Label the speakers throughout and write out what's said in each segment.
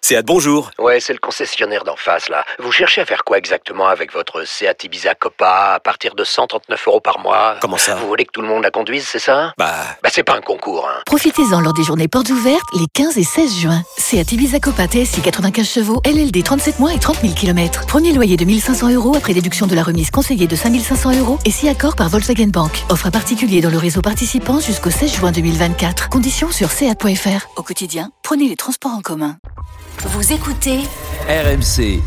Speaker 1: Seat, bonjour.
Speaker 2: Ouais, c'est le concessionnaire d'en face, là. Vous cherchez à faire quoi exactement avec votre Seat Ibiza Copa à partir de 139 € par mois?
Speaker 1: Comment ça?
Speaker 2: Vous voulez que tout le monde la conduise, c'est ça? Bah, c'est pas un concours, hein.
Speaker 3: Profitez-en lors des journées portes ouvertes les 15 et 16 juin. Seat Ibiza Copa TSI 95 chevaux, LLD 37 mois et 30 000 km. Premier loyer de 1 500 € après déduction de la remise conseillée de 5 500 € et si accord par Volkswagen Bank. Offre à particulier dans le réseau participant jusqu'au 16 juin 2024. Conditions sur seat.fr. Au quotidien, prenez les transports en commun.
Speaker 4: Vous écoutez
Speaker 5: RMC.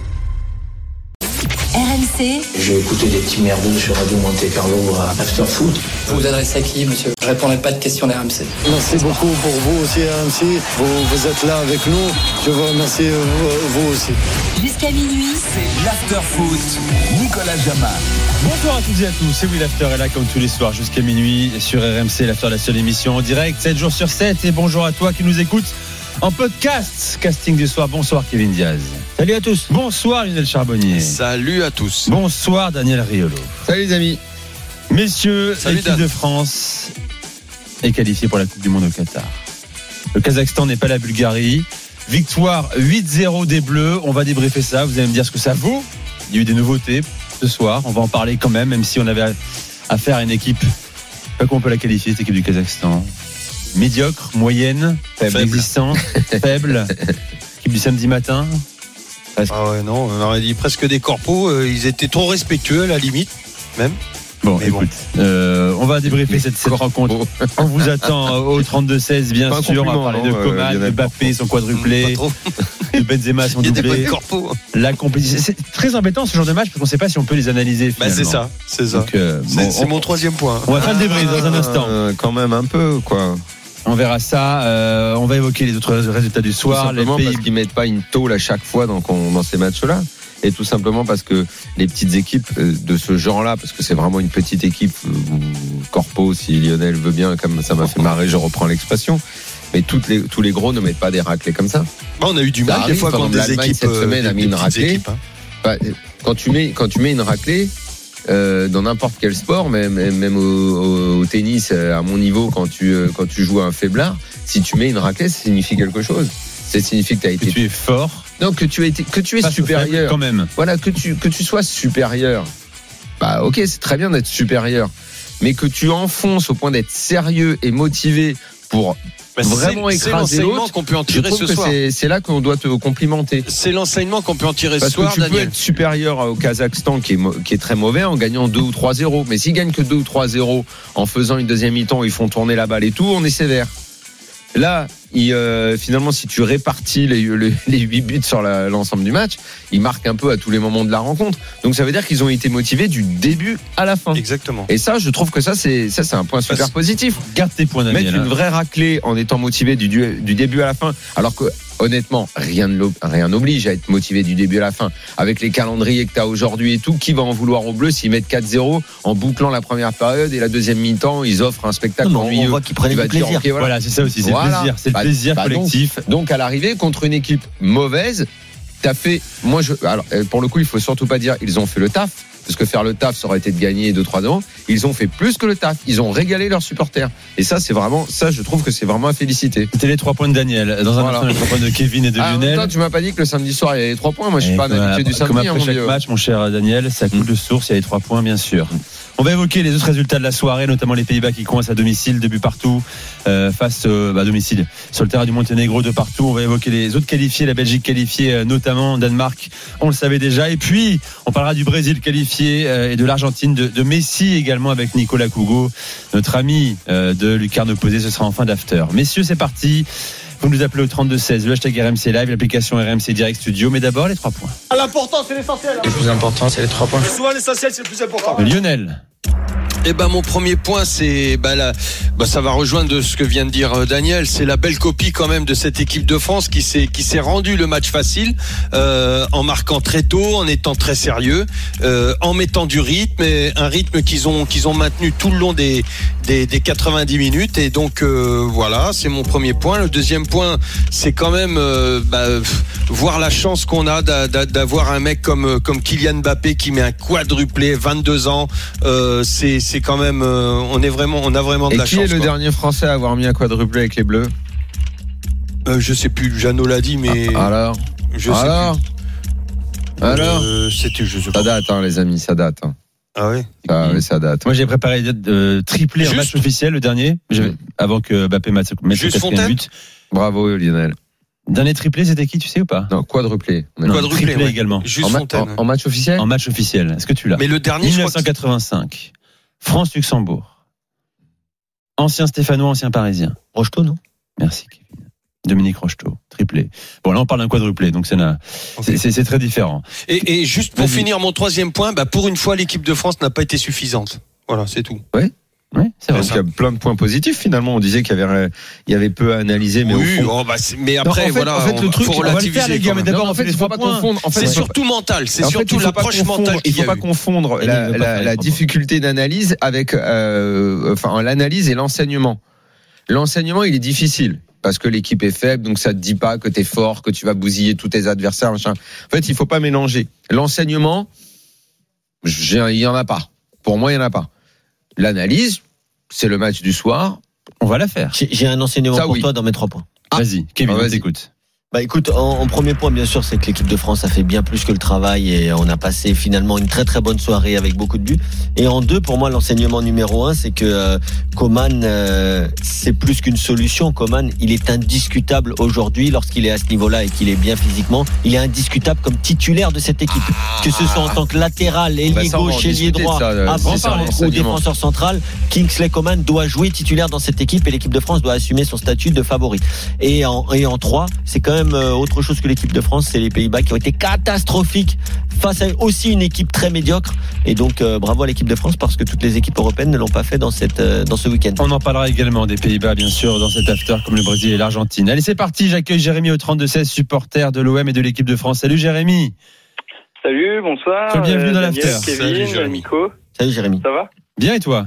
Speaker 4: RMC.
Speaker 6: J'ai écouté des petits merdeux sur Radio Monte Carlo à After Foot.
Speaker 7: Vous vous adressez à qui, monsieur? Je répondrai pas de questions d'RMC.
Speaker 8: Merci beaucoup pour vous aussi, RMC. Vous êtes là avec nous. Je vous remercie, vous aussi.
Speaker 4: Jusqu'à minuit,
Speaker 5: C'est l'After Foot. Nicolas Jamin.
Speaker 9: Bonsoir à toutes et à tous, c'est Will After est là comme tous les soirs jusqu'à minuit sur RMC, l'After, la seule émission en direct, 7 jours sur 7. Et bonjour à toi qui nous écoutes en podcast, casting du soir. Bonsoir Kevin Diaz.
Speaker 10: Salut à tous.
Speaker 9: Bonsoir Lionel Charbonnier.
Speaker 10: Salut à tous.
Speaker 9: Bonsoir Daniel Riolo.
Speaker 10: Salut les amis.
Speaker 9: Messieurs,
Speaker 10: Salut
Speaker 9: l'équipe de France est qualifiée pour la Coupe du Monde au Qatar. Le Kazakhstan n'est pas la Bulgarie. Victoire 8-0 des Bleus. On va débriefer ça, vous allez me dire ce que ça vaut. Il y a eu des nouveautés ce soir, on va en parler quand même si on avait affaire à une équipe, pas qu'on peut la qualifier, cette équipe du Kazakhstan. Médiocre, moyenne, faible, existante, faible. Équipe du samedi matin.
Speaker 10: Presque. Ah ouais, non, on aurait dit presque des corpos. Ils étaient trop respectueux à la limite, même.
Speaker 9: Bon, écoute, on va débriefer cette rencontre. On vous attend au 32-16, bien sûr. On va parler de Coman, de Mbappé, son quadruplé, de Benzema, son doublé. La compétition. C'est très embêtant ce genre de match parce qu'on ne sait pas si on peut les analyser.
Speaker 10: Bah c'est ça. Donc, c'est mon troisième point.
Speaker 9: On va faire le débrief dans un instant.
Speaker 11: Quand même un peu, quoi.
Speaker 9: On verra ça. On va évoquer les autres résultats du soir.
Speaker 11: Tout simplement parce qu'ils mettent pas une tôle à chaque fois dans ces matchs-là. Et tout simplement parce que les petites équipes de ce genre-là, parce que c'est vraiment une petite équipe, corpo, si Lionel veut bien, comme ça m'a fait marrer, je reprends l'expression. Mais tous les gros ne mettent pas des raclés comme ça.
Speaker 10: Bah, on a eu du mal des fois quand des équipes
Speaker 11: cette semaine a mis une raclée. Bah, quand tu mets une raclée dans n'importe quel sport, même au tennis à mon niveau, quand tu joues à un faiblard, si tu mets une raclée, ça signifie quelque chose. Ça signifie que
Speaker 9: tu es fort.
Speaker 11: Non, que tu es supérieur.
Speaker 9: Quand même.
Speaker 11: Voilà, que tu sois supérieur. Bah, ok, c'est très bien d'être supérieur. Mais que tu enfonces au point d'être sérieux et motivé pour vraiment écraser l'autre,
Speaker 10: qu'on peut en tirer ce soir.
Speaker 11: C'est là qu'on doit te complimenter.
Speaker 10: C'est l'enseignement qu'on peut en tirer ce
Speaker 11: soir,
Speaker 10: Daniel.
Speaker 11: Tu peux être supérieur au Kazakhstan qui est très mauvais en gagnant 2 ou 3-0. Mais s'ils gagnent que 2 ou 3-0 en faisant une deuxième mi-temps, ils font tourner la balle et tout, on est sévère. Là, finalement, si tu répartis les 8 buts sur l'ensemble du match, ils marquent un peu à tous les moments de la rencontre. Donc ça veut dire qu'ils ont été motivés du début à la fin.
Speaker 10: Exactement.
Speaker 11: Et ça, je trouve que ça c'est un point super positif.
Speaker 9: Garde tes points, Daniel.
Speaker 11: Mettre une vraie raclée en étant motivé du début à la fin, alors que honnêtement, rien n'oblige à être motivé du début à la fin. Avec les calendriers que tu as aujourd'hui et tout, qui va en vouloir aux Bleus s'ils mettent 4-0 en bouclant la première période et la deuxième mi-temps, ils offrent un spectacle ennuyeux.
Speaker 10: On voit qu'ils prennent du plaisir.
Speaker 11: Okay,
Speaker 9: voilà, c'est ça aussi, c'est le plaisir. C'est le plaisir collectif.
Speaker 11: Donc à l'arrivée, contre une équipe mauvaise, t'as fait. Alors, pour le coup, il faut surtout pas dire ils ont fait le taf. Parce que faire le taf, ça aurait été de gagner 2-3-0. Ils ont fait plus que le taf. Ils ont régalé leurs supporters. Et ça, je trouve que c'est vraiment à féliciter.
Speaker 9: C'était les 3 points de Daniel. Dans un instant, les 3 points de Kevin et de Lionel.
Speaker 11: Attends, tu m'as pas dit que le samedi soir, il y avait 3 points. Moi, je suis pas un habitué du samedi.
Speaker 9: Comme après chaque match, mon cher Daniel, ça coule de source. Il y a les 3 points, bien sûr. On va évoquer les autres résultats de la soirée, notamment les Pays-Bas qui coincent à domicile, 2 buts partout, face à domicile, sur le terrain du Monténégro, de partout. On va évoquer les autres qualifiés, la Belgique qualifiée, notamment Danemark, on le savait déjà. Et puis, on parlera du Brésil qualifié et de l'Argentine, de Messi également avec Nicolas Cougo, notre ami de Lucarne Opposé. Ce sera en fin d'after. Messieurs, c'est parti. Vous nous appelez au 32-16, le hashtag RMC Live, l'application RMC Direct Studio. Mais d'abord, les 3 points.
Speaker 7: L'important, c'est l'essentiel.
Speaker 6: Le plus important, c'est les 3 points.
Speaker 7: Souvent, l'essentiel, c'est le plus important.
Speaker 9: Lionel.
Speaker 10: Eh ben mon premier point, c'est ça va rejoindre ce que vient de dire Daniel. C'est la belle copie quand même de cette équipe de France qui s'est rendu le match facile en marquant très tôt, en étant très sérieux, en mettant du rythme, et un rythme qu'ils ont maintenu tout le long des 90 minutes. Et donc voilà, c'est mon premier point. Le deuxième point, c'est quand même voir la chance qu'on a d'avoir un mec comme Kylian Mbappé qui met un quadruplé, 22 ans. C'est quand même on a vraiment de la chance.
Speaker 11: Et qui est le dernier Français à avoir mis un quadruplé avec les Bleus?
Speaker 10: Je sais plus, Jeannot l'a dit, mais
Speaker 11: alors
Speaker 10: Je sais
Speaker 11: Alors,
Speaker 10: c'était, je sais
Speaker 11: ça
Speaker 10: pas.
Speaker 11: date, les amis, ça date.
Speaker 10: Ah ouais.
Speaker 11: Ça date.
Speaker 9: Moi, j'ai préparé triplé en match officiel, le dernier, avant que Mbappé mette le quatrième but.
Speaker 11: Bravo, Lionel.
Speaker 9: Dernier triplé, c'était qui, tu sais ou pas?
Speaker 11: Non, quadruplé.
Speaker 9: Triplé également.
Speaker 10: Juste Fontaine.
Speaker 11: En match officiel?
Speaker 9: En match officiel. Est-ce que tu l'as?
Speaker 10: Mais le dernier,
Speaker 9: 1985. France-Luxembourg. Ancien Stéphanois, ancien Parisien.
Speaker 1: Rocheteau, non?
Speaker 9: Merci, Kevin. Dominique Rocheteau, triplé. Bon, là, on parle d'un quadruplé, donc c'est très différent.
Speaker 10: Et juste pour finir mon troisième point, pour une fois, l'équipe de France n'a pas été suffisante. Voilà, c'est tout.
Speaker 9: Oui, c'est vrai.
Speaker 11: Parce qu'il y a plein de points positifs finalement. On disait qu'il y avait peu à analyser, mais
Speaker 10: oui,
Speaker 11: au fond...
Speaker 10: mais après,
Speaker 11: non, en fait, le truc,
Speaker 10: faut relativiser.
Speaker 9: Mais d'abord,
Speaker 11: en fait, il faut pas confondre.
Speaker 10: C'est surtout mental. C'est surtout l'approche mentale.
Speaker 11: Il faut pas confondre la difficulté d'analyse avec, l'analyse et l'enseignement. L'enseignement, il est difficile. Parce que l'équipe est faible, donc ça te dit pas que t'es fort, que tu vas bousiller tous tes adversaires, machin. En fait, il faut pas mélanger. L'enseignement, il y en a pas. Pour moi, il y en a pas. L'analyse, c'est le match du soir.
Speaker 9: On va la faire.
Speaker 1: J'ai un enseignement pour toi dans mes 3 points.
Speaker 9: Vas-y, Kevin, on t'écoute.
Speaker 1: Écoute, en premier point, bien sûr, c'est que l'équipe de France a fait bien plus que le travail et on a passé finalement une très très bonne soirée avec beaucoup de buts. Et en 2, pour moi, l'enseignement numéro 1, c'est que Coman, c'est plus qu'une solution. Coman, il est indiscutable aujourd'hui lorsqu'il est à ce niveau-là et qu'il est bien physiquement. Il est indiscutable comme titulaire de cette équipe. Que ce soit en tant que latéral, ailier gauche, ailier droit, avant ou défenseur central, Kingsley Coman doit jouer titulaire dans cette équipe et l'équipe de France doit assumer son statut de favori. Et en 3, c'est quand même autre chose que l'équipe de France, c'est les Pays-Bas qui ont été catastrophiques face à aussi une équipe très médiocre. Et donc bravo à l'équipe de France parce que toutes les équipes européennes ne l'ont pas fait dans ce week-end.
Speaker 9: On en parlera également des Pays-Bas, bien sûr, dans cet after, comme le Brésil et l'Argentine. Allez, c'est parti. J'accueille Jérémy au 32-16, supporter de l'OM et de l'équipe de France. Salut Jérémy.
Speaker 12: Salut, bonsoir.
Speaker 9: Bienvenue dans l'after.
Speaker 12: Kevin,
Speaker 10: Salut,
Speaker 12: Nico.
Speaker 1: Salut Jérémy.
Speaker 12: Ça va?
Speaker 9: Bien et toi?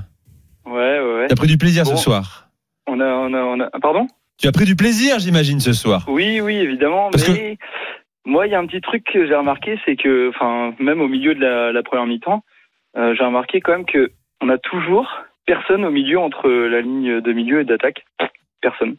Speaker 12: Ouais.
Speaker 9: T'as pris du plaisir ce soir?
Speaker 12: On a. Pardon?
Speaker 9: Tu as pris du plaisir, j'imagine, ce soir.
Speaker 12: Oui, évidemment. Mais moi, il y a un petit truc que j'ai remarqué, c'est que, même au milieu de la première mi-temps, j'ai remarqué quand même que on a toujours personne au milieu entre la ligne de milieu et d'attaque. Personne.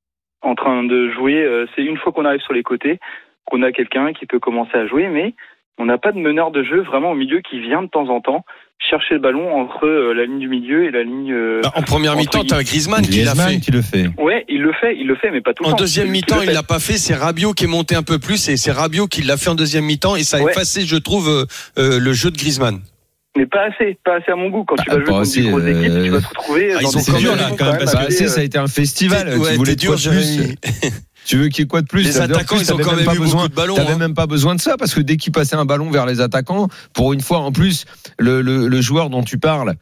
Speaker 12: En train de jouer. C'est une fois qu'on arrive sur les côtés qu'on a quelqu'un qui peut commencer à jouer, mais on n'a pas de meneur de jeu vraiment au milieu qui vient de temps en temps chercher le ballon entre la ligne du milieu et la ligne.
Speaker 10: En première mi-temps, t'as Griezmann qui l'a fait.
Speaker 9: Qui le fait.
Speaker 12: Ouais, il le fait, mais pas tout le temps.
Speaker 10: En deuxième mi-temps, il l'a pas fait. C'est Rabiot qui est monté un peu plus et c'est Rabiot qui l'a fait en deuxième mi-temps et ça a effacé, je trouve, le jeu de Griezmann.
Speaker 12: Mais pas assez à mon goût. Quand tu vas jouer contre des grosses équipes, tu vas te retrouver dans des
Speaker 9: dur là quand même parce que
Speaker 11: ça a été un festival. Tu voulais
Speaker 10: dur, Jérémy.
Speaker 11: Tu veux qu'il y ait quoi de plus?
Speaker 10: Les attaquants, ils ont quand même eu beaucoup de ballons.
Speaker 11: T'avais même pas besoin de ça parce que dès qu'il passait un ballon vers les attaquants, pour une fois en plus, le joueur dont tu parles,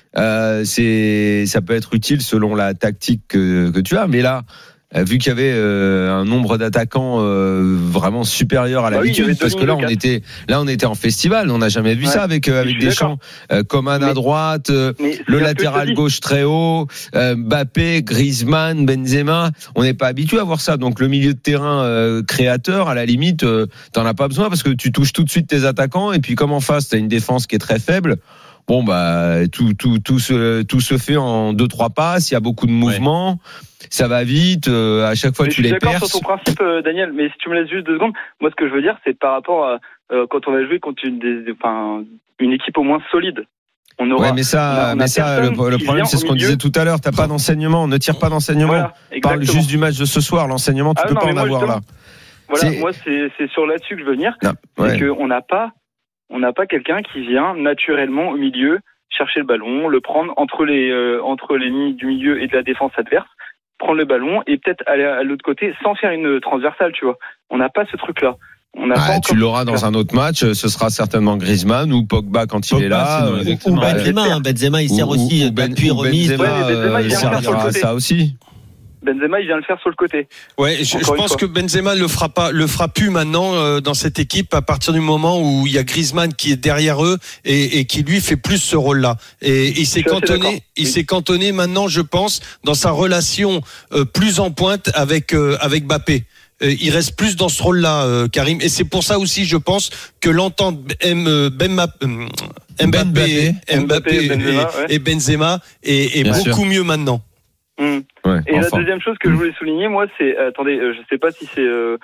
Speaker 11: ça peut être utile selon la tactique que tu as. Mais là, vu qu'il y avait un nombre d'attaquants vraiment supérieur à l'habitude, parce que là on était en festival, on n'a jamais vu ça avec Deschamps, Coman à droite, le latéral gauche très haut, Mbappé, Griezmann, Benzema, on n'est pas habitué à voir ça. Donc le milieu de terrain créateur, à la limite, t'en as pas besoin parce que tu touches tout de suite tes attaquants et puis comme en face t'as une défense qui est très faible. Bon tout se fait en 2-3 passes, il y a beaucoup de mouvements, ça va vite, à chaque fois tu les perds.
Speaker 12: Je suis d'accord sur ton principe, Daniel, mais si tu me laisses juste 2 secondes, moi ce que je veux dire c'est par rapport à quand on va jouer contre une équipe au moins solide. On aura,
Speaker 11: le problème c'est ce qu'on disait tout à l'heure, t'as pas d'enseignement, ne tire pas d'enseignement. Voilà, parle juste du match de ce soir, l'enseignement tu peux pas en avoir là.
Speaker 12: Voilà, moi c'est sur là-dessus que je veux venir, c'est qu'on n'a pas quelqu'un qui vient naturellement au milieu chercher le ballon, le prendre entre les lignes du milieu et de la défense adverse, prendre le ballon et peut-être aller à l'autre côté sans faire une transversale, tu vois. On n'a pas ce truc-là.
Speaker 11: Tu l'auras dans un autre match, ce sera certainement Griezmann ou Pogba quand il est là.
Speaker 1: Ou Benzema, il sert aussi d'appui remise.
Speaker 11: Il servira à ça aussi.
Speaker 12: Benzema, il vient le faire sur le côté.
Speaker 10: Ouais, je pense que Benzema le fera plus maintenant dans cette équipe à partir du moment où il y a Griezmann qui est derrière eux et qui lui fait plus ce rôle-là. Et il s'est cantonné maintenant, je pense, dans sa relation plus en pointe avec Mbappé. Il reste plus dans ce rôle-là, Karim. Et c'est pour ça aussi, je pense, que l'entente Mbappé et Benzema est beaucoup mieux maintenant.
Speaker 11: Ouais,
Speaker 12: Et la deuxième chose que je voulais souligner, moi, c'est, attendez, je sais pas si c'est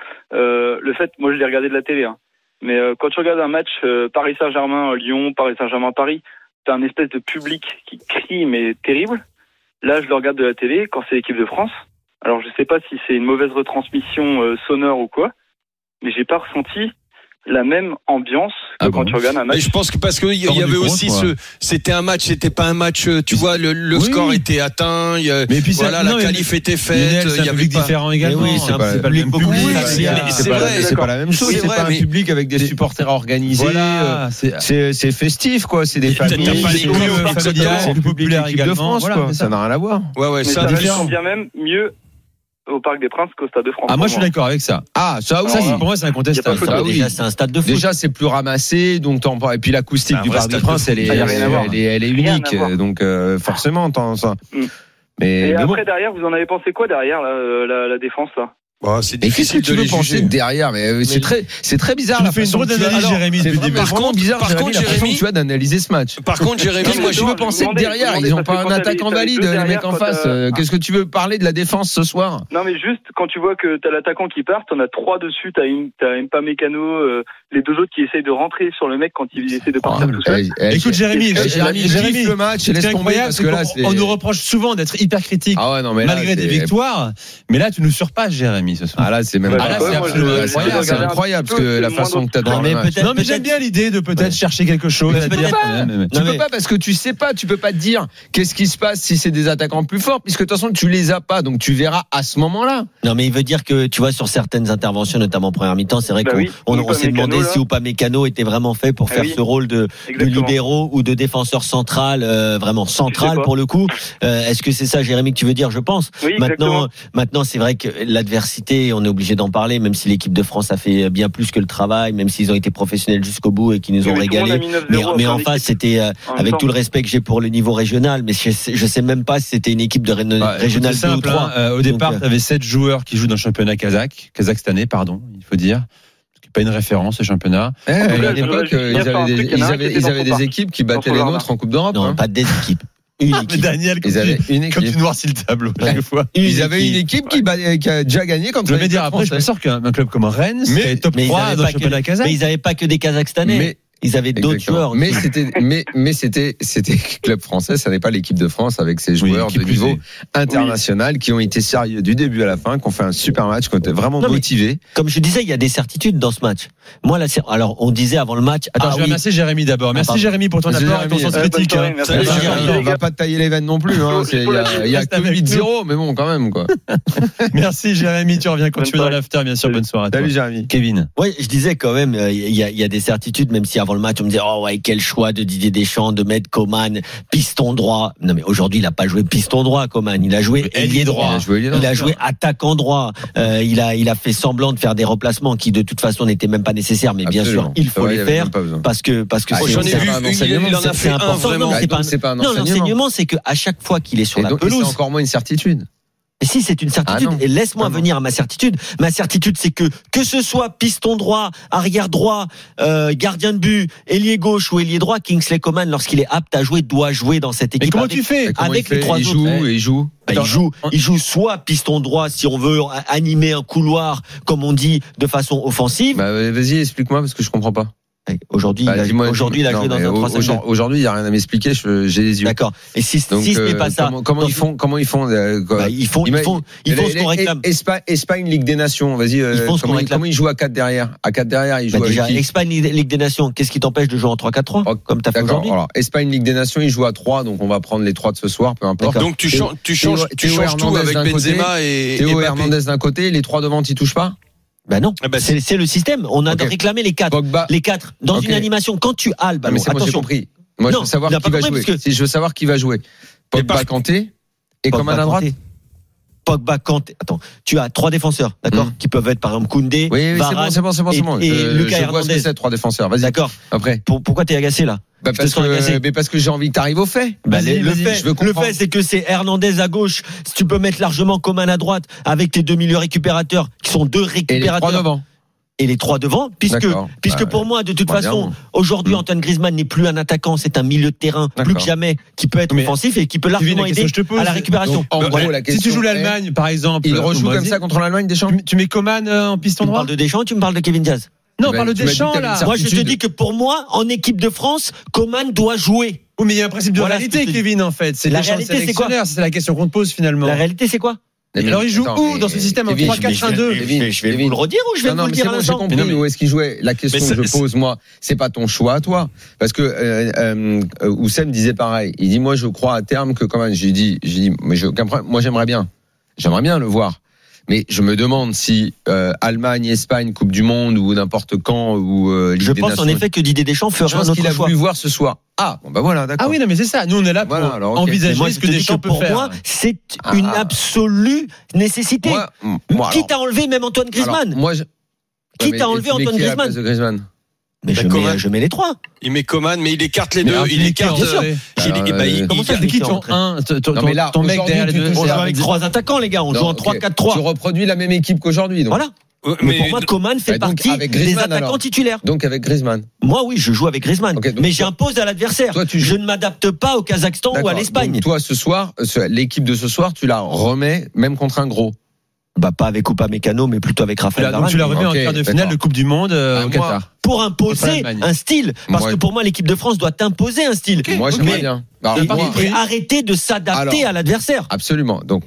Speaker 12: le fait, moi je l'ai regardé de la télé, hein, mais quand tu regardes un match Paris Saint-Germain Lyon, Paris Saint-Germain Paris, t'as un espèce de public qui crie mais terrible. Là, je le regarde de la télé quand c'est l'équipe de France. Alors je sais pas si c'est une mauvaise retransmission sonore ou quoi, mais j'ai pas ressenti la même ambiance que quand tu regardes un match.
Speaker 10: Mais je pense que parce qu'il y avait aussi c'était un match, c'était pas un match, tu vois, le score était atteint, mais puis voilà, la qualif était faite,
Speaker 9: il y avait différent également.
Speaker 11: Oui, c'est pas le même public. C'est pas la même chose, c'est pas un public avec des supporters organisés. Voilà, c'est festif, quoi, c'est des familles,
Speaker 9: c'est plus populaire également.
Speaker 11: Ça n'a rien à voir.
Speaker 12: Ouais, ça reste bien même mieux au Parc des Princes qu'au Stade de France.
Speaker 9: Ah, moi je suis d'accord avec ça.
Speaker 11: Ah, ça,
Speaker 9: pour moi c'est incontestable.
Speaker 1: Déjà, c'est un stade de foot.
Speaker 11: Déjà, c'est plus ramassé, donc et puis l'acoustique du Parc des Princes, elle est unique, donc forcément, t'entends ça.
Speaker 12: Mais après, derrière, vous en avez pensé quoi derrière la défense là?
Speaker 10: C'est difficile
Speaker 11: de les penser derrière, mais c'est très bizarre.
Speaker 9: Tu fais une drôle d'analyse, Jérémy.
Speaker 11: Par contre, Jérémy, tu as d'analyser ce match.
Speaker 10: Par contre, Jérémy,
Speaker 11: moi, je veux penser derrière. Ils n'ont pas un attaquant valide, les mecs en face. Qu'est-ce que tu veux parler de la défense ce soir?
Speaker 12: Non, mais juste quand tu vois que t'as l'attaquant qui part, t'en as 3 dessus. T'as Upamecano, les 2 autres qui essayent de rentrer sur le mec quand il essaie de partir tout seul.
Speaker 9: Écoute, Jérémy,
Speaker 11: le match, laisse tomber parce que là,
Speaker 9: on nous reproche souvent d'être hyper critique malgré des victoires, mais là, tu nous surpasses, Jérémy.
Speaker 11: Ah là, c'est même c'est incroyable parce que la façon que t'as dans le match.
Speaker 9: Non, mais j'aime bien l'idée de peut-être chercher quelque chose.
Speaker 11: Tu peux pas parce que tu sais pas, tu peux pas te dire qu'est-ce qui se passe si c'est des attaquants plus forts puisque de toute façon tu les as pas, donc tu verras à ce moment-là.
Speaker 1: Non, mais il veut dire que tu vois sur certaines interventions, notamment en première mi-temps, c'est vrai qu'on s'est demandé si Upamecano était vraiment fait pour faire ce rôle de libéraux ou de défenseur central, vraiment central pour le coup. Est-ce que c'est ça, Jérémy, que tu veux dire? Je pense. Maintenant, c'est vrai que l'adversité, on est obligé d'en parler, même si l'équipe de France a fait bien plus que le travail, même s'ils ont été professionnels jusqu'au bout et qu'ils nous ont régalé. Mais en face, c'était avec tout le respect que j'ai pour le niveau régional, mais je sais même pas si c'était une équipe de régional 2 ou 3.
Speaker 9: Au départ, tu avais 7 joueurs qui jouent dans le championnat kazakhstanais, il faut dire. Pas une référence ce championnat.
Speaker 11: À l'époque, ils avaient des équipes qui battaient les nôtres en Coupe d'Europe.
Speaker 1: Non, pas des équipes.
Speaker 9: Daniel, comme tu noircis le tableau chaque fois.
Speaker 11: Ils avaient une équipe qui a déjà gagné contre.
Speaker 9: Je vais dire après, je me sors qu'un club comme Rennes, c'est top 3 dans le championnat kazakh.
Speaker 1: Mais ils n'avaient pas que des Kazakhstanais. Ils avaient d'autres joueurs.
Speaker 11: Mais c'était club français, ça n'est pas l'équipe de France avec ses joueurs de niveau international qui ont été sérieux du début à la fin, qui ont fait un super match, qui ont été vraiment motivés.
Speaker 1: Comme je disais, il y a des certitudes dans ce match. Moi, là, alors, on disait avant le match.
Speaker 9: Attends, je vais remercier Jérémy d'abord. Merci Jérémy pour ton apport et ton sens critique.
Speaker 11: On va pas te tailler les veines non plus, il y a que 8-0, mais bon, quand même, quoi.
Speaker 9: Merci Jérémy, tu reviens quand tu veux dans l'after, bien sûr. Bonne soirée à toi.
Speaker 11: Salut Jérémy.
Speaker 9: Kevin.
Speaker 1: Oui, je disais quand même, il y a des certitudes, même si avant le match, on me disait, oh ouais, quel choix de Didier Deschamps de mettre Coman piston droit. Non, mais aujourd'hui, il a pas joué piston droit, Coman. Il a joué ailier droit. Il a joué attaquant droit. Il a fait semblant de faire des replacements qui, de toute façon, n'étaient même pas nécessaires. Mais bien sûr, il faut les faire parce que
Speaker 10: j'en ai vu il en a fait un vraiment.
Speaker 1: Non, l'enseignement, c'est que à chaque fois qu'il est sur la pelouse,
Speaker 11: c'est encore moins une certitude.
Speaker 1: Et si c'est une certitude, et laisse-moi venir à ma certitude. Ma certitude, c'est que ce soit piston droit, arrière droit, gardien de but, ailier gauche ou ailier droit, Kingsley Coman, lorsqu'il est apte à jouer, doit jouer dans cette équipe.
Speaker 9: Mais comment tu fais
Speaker 1: avec les 3 autres? Il joue soit piston droit si on veut animer un couloir, comme on dit, de façon offensive.
Speaker 11: Vas-y, explique-moi parce que je comprends pas.
Speaker 1: Aujourd'hui, il a joué dans un 3-5.
Speaker 11: Aujourd'hui, il n'y a rien à m'expliquer. J'ai les yeux.
Speaker 1: D'accord. Et si ce n'est pas ça,
Speaker 11: comment ils font
Speaker 1: Ils font ce qu'on réclame.
Speaker 11: Espagne, Ligue des Nations. Vas-y. Comment ils jouent à 4 derrière? À 4 derrière, ils jouent
Speaker 1: déjà. Espagne, Ligue des Nations. Qu'est-ce qui t'empêche de jouer en 3-4-3 comme t'as fait aujourd'hui?
Speaker 11: Alors, Espagne, Ligue des Nations, ils jouent à 3, donc on va prendre les 3 de ce soir, peu importe.
Speaker 10: Donc tu changes tout avec Benzema et
Speaker 11: Théo Hernandez d'un côté, les 3 devant, t'y touches pas?
Speaker 1: Non, c'est le système. On a réclamé les 4.
Speaker 11: Pogba.
Speaker 1: Les 4 dans une animation. Quand tu as le ballon,
Speaker 11: attention. J'ai compris. Moi, je veux savoir qui va jouer. Je veux savoir qui va jouer. Pogba, Kanté et Coman à droite.
Speaker 1: Pogba, Kanté. Attends, tu as 3 défenseurs, d'accord, qui peuvent être par exemple Koundé, Varane,
Speaker 11: c'est bon.
Speaker 1: Et Lucas Hernandez.
Speaker 11: C'est 3 défenseurs. Vas-y.
Speaker 1: D'accord.
Speaker 11: Après.
Speaker 1: Pourquoi t'es agacé là?
Speaker 11: Parce que j'ai envie que t'arrives au fait.
Speaker 1: Le fait, c'est que c'est Hernandez à gauche. Si tu peux mettre largement Coman à droite avec tes 2 milieux récupérateurs qui sont 2 récupérateurs.
Speaker 11: Et les 3 devant.
Speaker 1: et les 3 devant, puisque pour moi, de toute façon, aujourd'hui, Antoine Griezmann n'est plus un attaquant, c'est un milieu de terrain, plus que jamais, qui peut être offensif et qui peut largement aider à la récupération.
Speaker 11: Donc, en gros, la question,
Speaker 9: si tu joues l'Allemagne, par exemple,
Speaker 11: il rejoue comme ça contre l'Allemagne, Deschamps.
Speaker 9: Tu mets Coman en piston droit.
Speaker 1: Tu me parles de Deschamps, tu me parles de Kevin Diaz.
Speaker 9: Non, on parle de Deschamps là.
Speaker 1: Moi, je te dis que pour moi, en équipe de France, Coman doit jouer.
Speaker 9: Oui, mais il y a un principe de réalité, Kevin, en fait. C'est
Speaker 1: la
Speaker 9: Deschamps
Speaker 1: réalité, c'est quoi?
Speaker 9: C'est la question qu'on te pose finalement.
Speaker 1: La réalité, c'est quoi?
Speaker 9: Alors il joue où dans ce système en 3-4-1-2?
Speaker 1: Je vais vous le redire ou je vais vous le dire à l'instant?
Speaker 11: J'ai compris où est-ce qu'il jouait. La question que je pose, moi, c'est pas ton choix à toi. Parce que Oussem disait pareil. Il dit, moi, je crois à terme que quand même, j'ai dit, mais j'ai aucun problème. Moi, j'aimerais bien le voir. Mais je me demande si Allemagne, Espagne, Coupe du Monde ou n'importe quand ou Ligue
Speaker 1: je
Speaker 11: des
Speaker 1: pense
Speaker 11: Nations,
Speaker 1: en effet que Didier Deschamps fera un autre choix.
Speaker 11: qu'il a voulu voir ce soir. Ah, bon, bah voilà, d'accord.
Speaker 9: Ah oui, non, mais c'est ça. Nous, on est là pour envisager ce que Deschamps peut faire.
Speaker 1: Pour moi, c'est une absolue nécessité. Quitte à enlever même Antoine Griezmann. Quitte à enlever Antoine Griezmann. Mais je mets les 3.
Speaker 10: Il met Coman, mais il écarte les deux. Il écarte.
Speaker 1: Comment ça, qui ton 1? Ton mec derrière les deux. On joue avec 3 attaquants, les gars. On joue en 3-4-3.
Speaker 11: Tu reproduis la même équipe qu'aujourd'hui.
Speaker 1: Voilà. Mais pour moi, Coman fait partie des attaquants titulaires.
Speaker 11: Donc avec Griezmann.
Speaker 1: Moi, oui, je joue avec Griezmann. Mais j'impose à l'adversaire. Je ne m'adapte pas au Kazakhstan ou à l'Espagne.
Speaker 11: Toi, ce soir, l'équipe de ce soir, tu la remets même contre un gros.
Speaker 1: Pas avec Upamecano, mais plutôt avec Raphaël Varane.
Speaker 9: Donc tu la remets en quart de finale de Coupe du Monde au Qatar.
Speaker 1: Pour imposer un style. Parce que pour moi, l'équipe de France doit imposer un style.
Speaker 11: Moi, j'aimerais bien.
Speaker 1: Et arrêter de s'adapter à l'adversaire.
Speaker 11: Absolument. Donc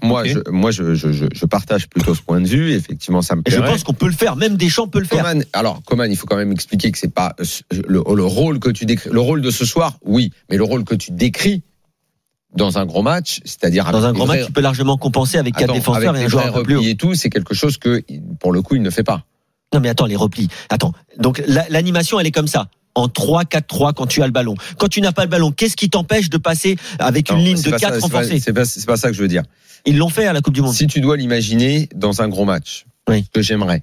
Speaker 11: je partage plutôt ce point de vue. Effectivement, ça me plairait.
Speaker 1: Je pense qu'on peut le faire. Même Deschamps peut le faire.
Speaker 11: Coman, il faut quand même expliquer que c'est pas le rôle que tu décris. Le rôle de ce soir, oui. Mais le rôle que tu décris dans un gros match, c'est-à-dire
Speaker 1: dans un gros match, tu peux largement compenser avec 4 défenseurs et un joueur un peu plus haut.
Speaker 11: Et tout, c'est quelque chose que, pour le coup, il ne fait pas.
Speaker 1: Non, mais attends, les replis. Attends. Donc, l'animation, elle est comme ça. En 3-4-3 quand tu as le ballon. Quand tu n'as pas le ballon, qu'est-ce qui t'empêche de passer avec une ligne de 4 renforcée?
Speaker 11: C'est pas ça que je veux dire.
Speaker 1: Ils l'ont fait à la Coupe du Monde.
Speaker 11: Si tu dois l'imaginer dans un gros match, ce que j'aimerais,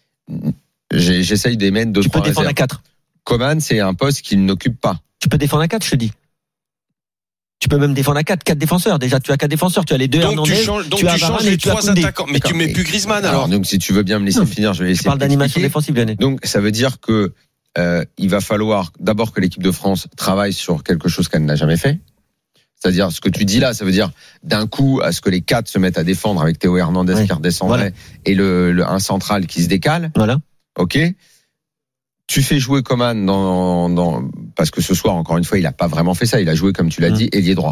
Speaker 11: j'essaye d'émettre d'autres.
Speaker 1: Tu peux défendre à 4.
Speaker 11: Coman, c'est un poste qu'il n'occupe pas.
Speaker 1: Tu peux défendre à 4, je te dis. Tu peux même défendre à 4 défenseurs. Déjà, tu as 4 défenseurs. Tu as les deux Hernandez, tu as Varane et tu as Koundé.
Speaker 10: Mais tu mets plus Griezmann alors.
Speaker 11: Donc, si tu veux bien me laisser finir, je vais essayer.
Speaker 1: Je parle d'animation défensive, Lionel.
Speaker 11: Donc, ça veut dire que il va falloir d'abord que l'équipe de France travaille sur quelque chose qu'elle n'a jamais fait. C'est-à-dire, ce que tu dis là, ça veut dire d'un coup à ce que les 4 se mettent à défendre avec Théo Hernandez qui redescendrait et un central qui se décale.
Speaker 1: Voilà.
Speaker 11: Ok. Tu fais jouer Coman parce que ce soir, encore une fois, il a pas vraiment fait ça. Il a joué, comme tu l'as dit, ailier droit.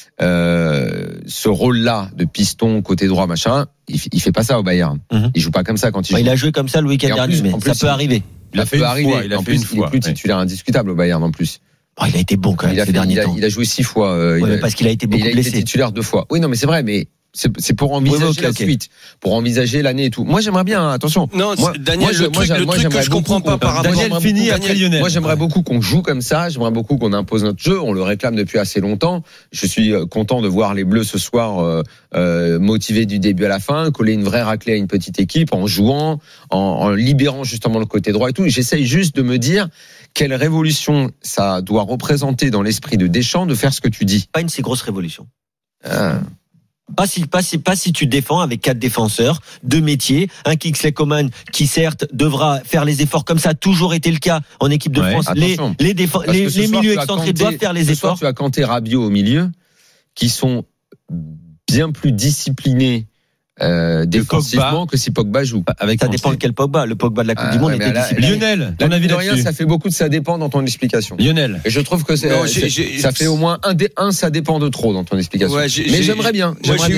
Speaker 11: Ce rôle-là de piston côté droit, machin, il fait pas ça au Bayern. Il joue pas comme ça quand il joue.
Speaker 1: Il a joué comme ça le week-end dernier, mais ça peut arriver.
Speaker 11: Il a fait une fois. Il a fait une fois. Il est plus titulaire indiscutable au Bayern en plus.
Speaker 1: Il a été bon quand même ces derniers temps.
Speaker 11: Il a joué 6 fois.
Speaker 1: Parce qu'il a été beaucoup blessé.
Speaker 11: Il a été titulaire 2 fois. Oui, non, mais c'est vrai, mais c'est pour envisager la suite, pour envisager l'année et tout. Moi, j'aimerais bien, attention.
Speaker 10: Non, Daniel, le truc que je comprends pas par rapport
Speaker 9: à Lionel.
Speaker 11: Moi, j'aimerais beaucoup qu'on joue comme ça. J'aimerais beaucoup qu'on impose notre jeu. On le réclame depuis assez longtemps. Je suis content de voir les Bleus ce soir motivés du début à la fin, coller une vraie raclée à une petite équipe en jouant, en libérant justement le côté droit et tout. J'essaye juste de me dire quelle révolution ça doit représenter dans l'esprit de Deschamps de faire ce que tu dis.
Speaker 1: Pas une si grosse révolution. Pas si tu défends avec 4 défenseurs de métier, un Kingsley Coman qui certes devra faire les efforts comme ça a toujours été le cas en équipe de France. Les milieux excentrés doivent faire les efforts.
Speaker 11: Tu as Kanté, Rabiot au milieu qui sont bien plus disciplinés défensivement que si Pogba joue.
Speaker 1: Ça dépend de quel Pogba. Le Pogba de la Coupe du Monde était discipliné.
Speaker 9: Lionel,
Speaker 11: ton avis de rien, ça fait beaucoup de ça dépend dans ton explication.
Speaker 9: Lionel.
Speaker 11: Et je trouve que ça fait au moins ça dépend de trop dans ton explication. Mais j'aimerais bien.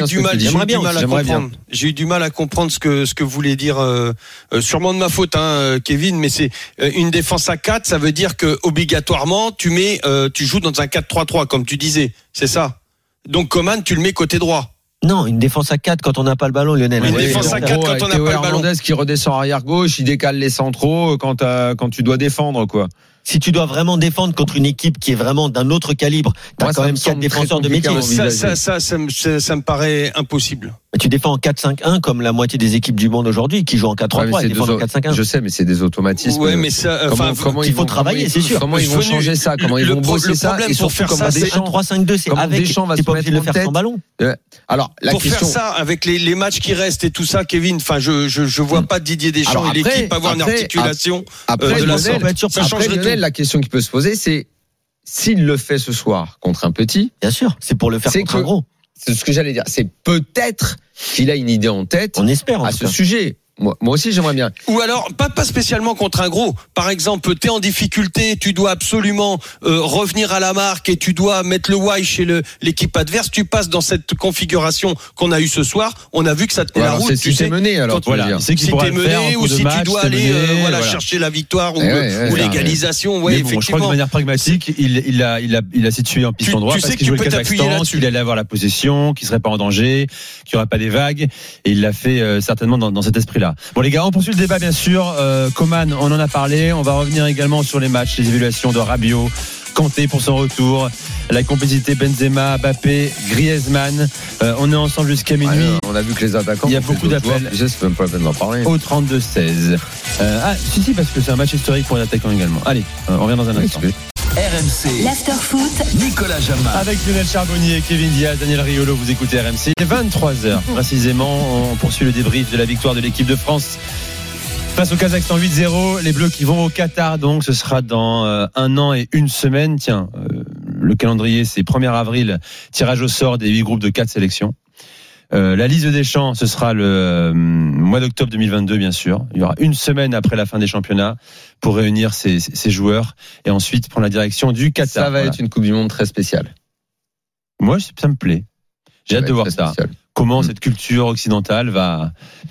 Speaker 10: J'ai eu du mal à comprendre ce que voulait dire, sûrement de ma faute, Kevin, mais c'est une défense à 4, ça veut dire que obligatoirement tu joues dans un 4-3-3 comme tu disais. C'est ça. Donc Coman, tu le mets côté droit.
Speaker 1: Non, une défense à 4 quand on n'a pas le ballon, Lionel.
Speaker 10: Une défense à 4 quand on n'a pas le ballon.
Speaker 11: Hernandez qui redescend arrière gauche, il décale les centraux quand tu dois défendre, quoi.
Speaker 1: Si tu dois vraiment défendre contre une équipe qui est vraiment d'un autre calibre, t'as quand même 4 défenseurs de métier.
Speaker 10: Ça me paraît impossible.
Speaker 1: Tu défends en 4-5-1 comme la moitié des équipes du monde aujourd'hui qui jouent en 4-3-3 et défendent en 4-5-1.
Speaker 11: Je sais, mais c'est des automatismes.
Speaker 10: Ouais, mais ça,
Speaker 1: comment il faut travailler, c'est sûr.
Speaker 11: Comment ils vont changer ça? Comment ils vont bosser ça? Et surtout,
Speaker 10: faire
Speaker 11: comment
Speaker 10: ça,
Speaker 11: Deschamps,
Speaker 1: 3-5-2, c'est avec.
Speaker 11: Deschamps va
Speaker 1: c'est
Speaker 11: se
Speaker 1: pas obligé de le
Speaker 11: mettre en
Speaker 1: faire
Speaker 11: tête.
Speaker 1: sans ballon.
Speaker 11: Alors, la
Speaker 10: pour
Speaker 11: question.
Speaker 10: faire ça, avec les matchs qui restent et tout ça, Kevin, enfin, je vois pas Didier Deschamps et l'équipe avoir une articulation
Speaker 11: de la sorte.
Speaker 10: Ça change de tout.
Speaker 11: La question qui peut se poser, c'est s'il le fait ce soir contre un petit.
Speaker 1: Bien sûr, c'est pour le faire contre un gros.
Speaker 11: C'est ce que j'allais dire. C'est peut-être qu'il a une idée en tête.
Speaker 1: On espère,
Speaker 11: à ce sujet. Moi aussi, j'aimerais bien.
Speaker 10: Ou alors, pas spécialement contre un gros. Par exemple, t'es en difficulté, tu dois absolument revenir à la marque et tu dois mettre le why chez l'équipe adverse. Tu passes dans cette configuration qu'on a eue ce soir. On a vu que ça tenait la route.
Speaker 11: C'est si t'es mené, alors.
Speaker 10: Voilà. Si t'es mené ou si tu dois aller chercher la victoire ou l'égalisation. Ouais,
Speaker 9: effectivement. Je crois que de manière pragmatique, il a situé en piston droit parce qu'il jouait le Kazakhstan, qu'il allait avoir la possession, qu'il serait pas en danger, qu'il y aurait pas des vagues. Et il l'a fait certainement dans cet esprit-là. Bon les gars, on poursuit le débat bien sûr. Coman, on en a parlé. On va revenir également sur les matchs, les évaluations de Rabiot, Kanté pour son retour, la complicité Benzema, Mbappé, Griezmann. On est ensemble jusqu'à minuit.
Speaker 11: On a vu que les attaquants.
Speaker 9: Il y a beaucoup d'appels.
Speaker 11: C'est même pas la peine d'en parler.
Speaker 9: Au 32-16. Si parce que c'est un match historique pour les attaquants également. Allez, on revient dans un instant.
Speaker 5: RMC.
Speaker 4: L'afterfoot.
Speaker 5: Nicolas Jamin.
Speaker 9: Avec Lionel Charbonnier, Kevin Diaz, Daniel Riolo, vous écoutez RMC. Il est 23h précisément. On poursuit le débrief de la victoire de l'équipe de France face au Kazakhstan 8-0. Les Bleus qui vont au Qatar, donc ce sera dans 1 an et 1 semaine. Tiens, le calendrier c'est 1er avril, tirage au sort des 8 groupes de 4 sélections. La liste de Deschamps, ce sera le mois d'octobre 2022, bien sûr. Il y aura 1 semaine après la fin des championnats pour réunir ces joueurs et ensuite prendre la direction du Qatar.
Speaker 11: Ça va être une Coupe du Monde très spéciale.
Speaker 9: Moi, ça me plaît. J'ai hâte de voir ça. Comment cette culture occidentale va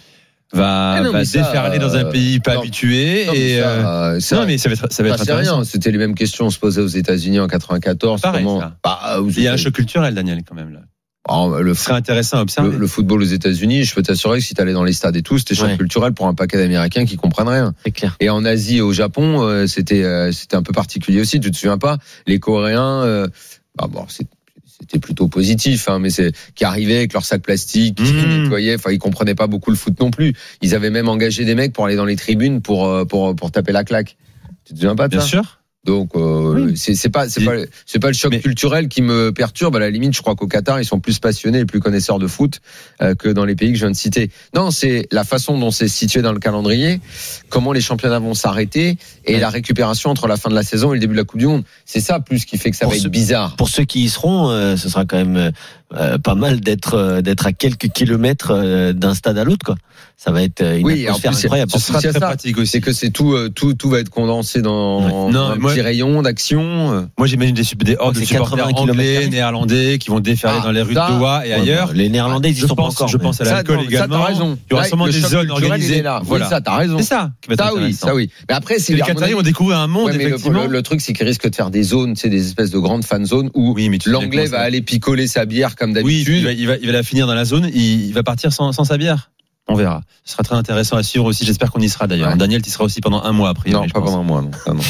Speaker 9: déferler dans un pays pas habitué. Non, mais ça va être intéressant.
Speaker 11: Rien. C'était les mêmes questions se posaient aux États-Unis en 94.
Speaker 9: Pareil, il y a un choc culturel, Daniel, quand même là. Ce serait intéressant à observer.
Speaker 11: Le football aux États-Unis, je peux t'assurer que si t'allais dans les stades et tout, c'était choc culturel pour un paquet d'Américains qui comprennent rien.
Speaker 1: C'est clair.
Speaker 11: Et en Asie et au Japon, c'était un peu particulier aussi. Tu te souviens pas? Les Coréens, c'était plutôt positif, mais qui arrivaient avec leurs sacs plastiques, qui nettoyaient. Enfin, ils comprenaient pas beaucoup le foot non plus. Ils avaient même engagé des mecs pour aller dans les tribunes pour taper la claque. Tu te souviens pas de ça?
Speaker 9: Bien sûr.
Speaker 11: Donc c'est pas le choc culturel qui me perturbe. À la limite, je crois qu'au Qatar ils sont plus passionnés et plus connaisseurs de foot que dans les pays que je viens de citer. Non, c'est la façon dont c'est situé dans le calendrier, comment les championnats vont s'arrêter et la récupération entre la fin de la saison et le début de la Coupe du Monde. C'est ça plus qui fait que ça va être bizarre.
Speaker 1: Pour ceux qui y seront, ce sera quand même pas mal d'être à quelques kilomètres d'un stade à l'autre, quoi. Ça va être une atmosphère incroyable.
Speaker 11: Ce sera très pratique aussi. C'est que c'est tout va être condensé dans un petit rayon d'action.
Speaker 9: Moi, j'imagine des hordes de supporters anglais, néerlandais qui vont déferler dans les rues de Doha et ailleurs.
Speaker 1: Les Néerlandais, ils y sont pas encore.
Speaker 9: Je pense à l'alcool également.
Speaker 11: Ça, t'as raison.
Speaker 9: Il y aura sûrement des zones organisées.
Speaker 11: Voilà. Ça, t'as raison.
Speaker 9: C'est ça.
Speaker 11: Ça, oui. Mais après, c'est
Speaker 9: les Qataris vont découvrir un monde, effectivement.
Speaker 11: Le truc, c'est qu'ils risquent de faire des zones, des espèces de grandes fan zones où l'anglais va aller picoler sa bière comme d'habitude.
Speaker 9: Oui, il va la finir dans la zone. Il va partir sans sa bière. On verra. Ce sera très intéressant à suivre aussi. J'espère qu'on y sera d'ailleurs. Daniel, tu seras aussi pendant 1 mois après.
Speaker 11: Non, pas pendant 1 mois, non.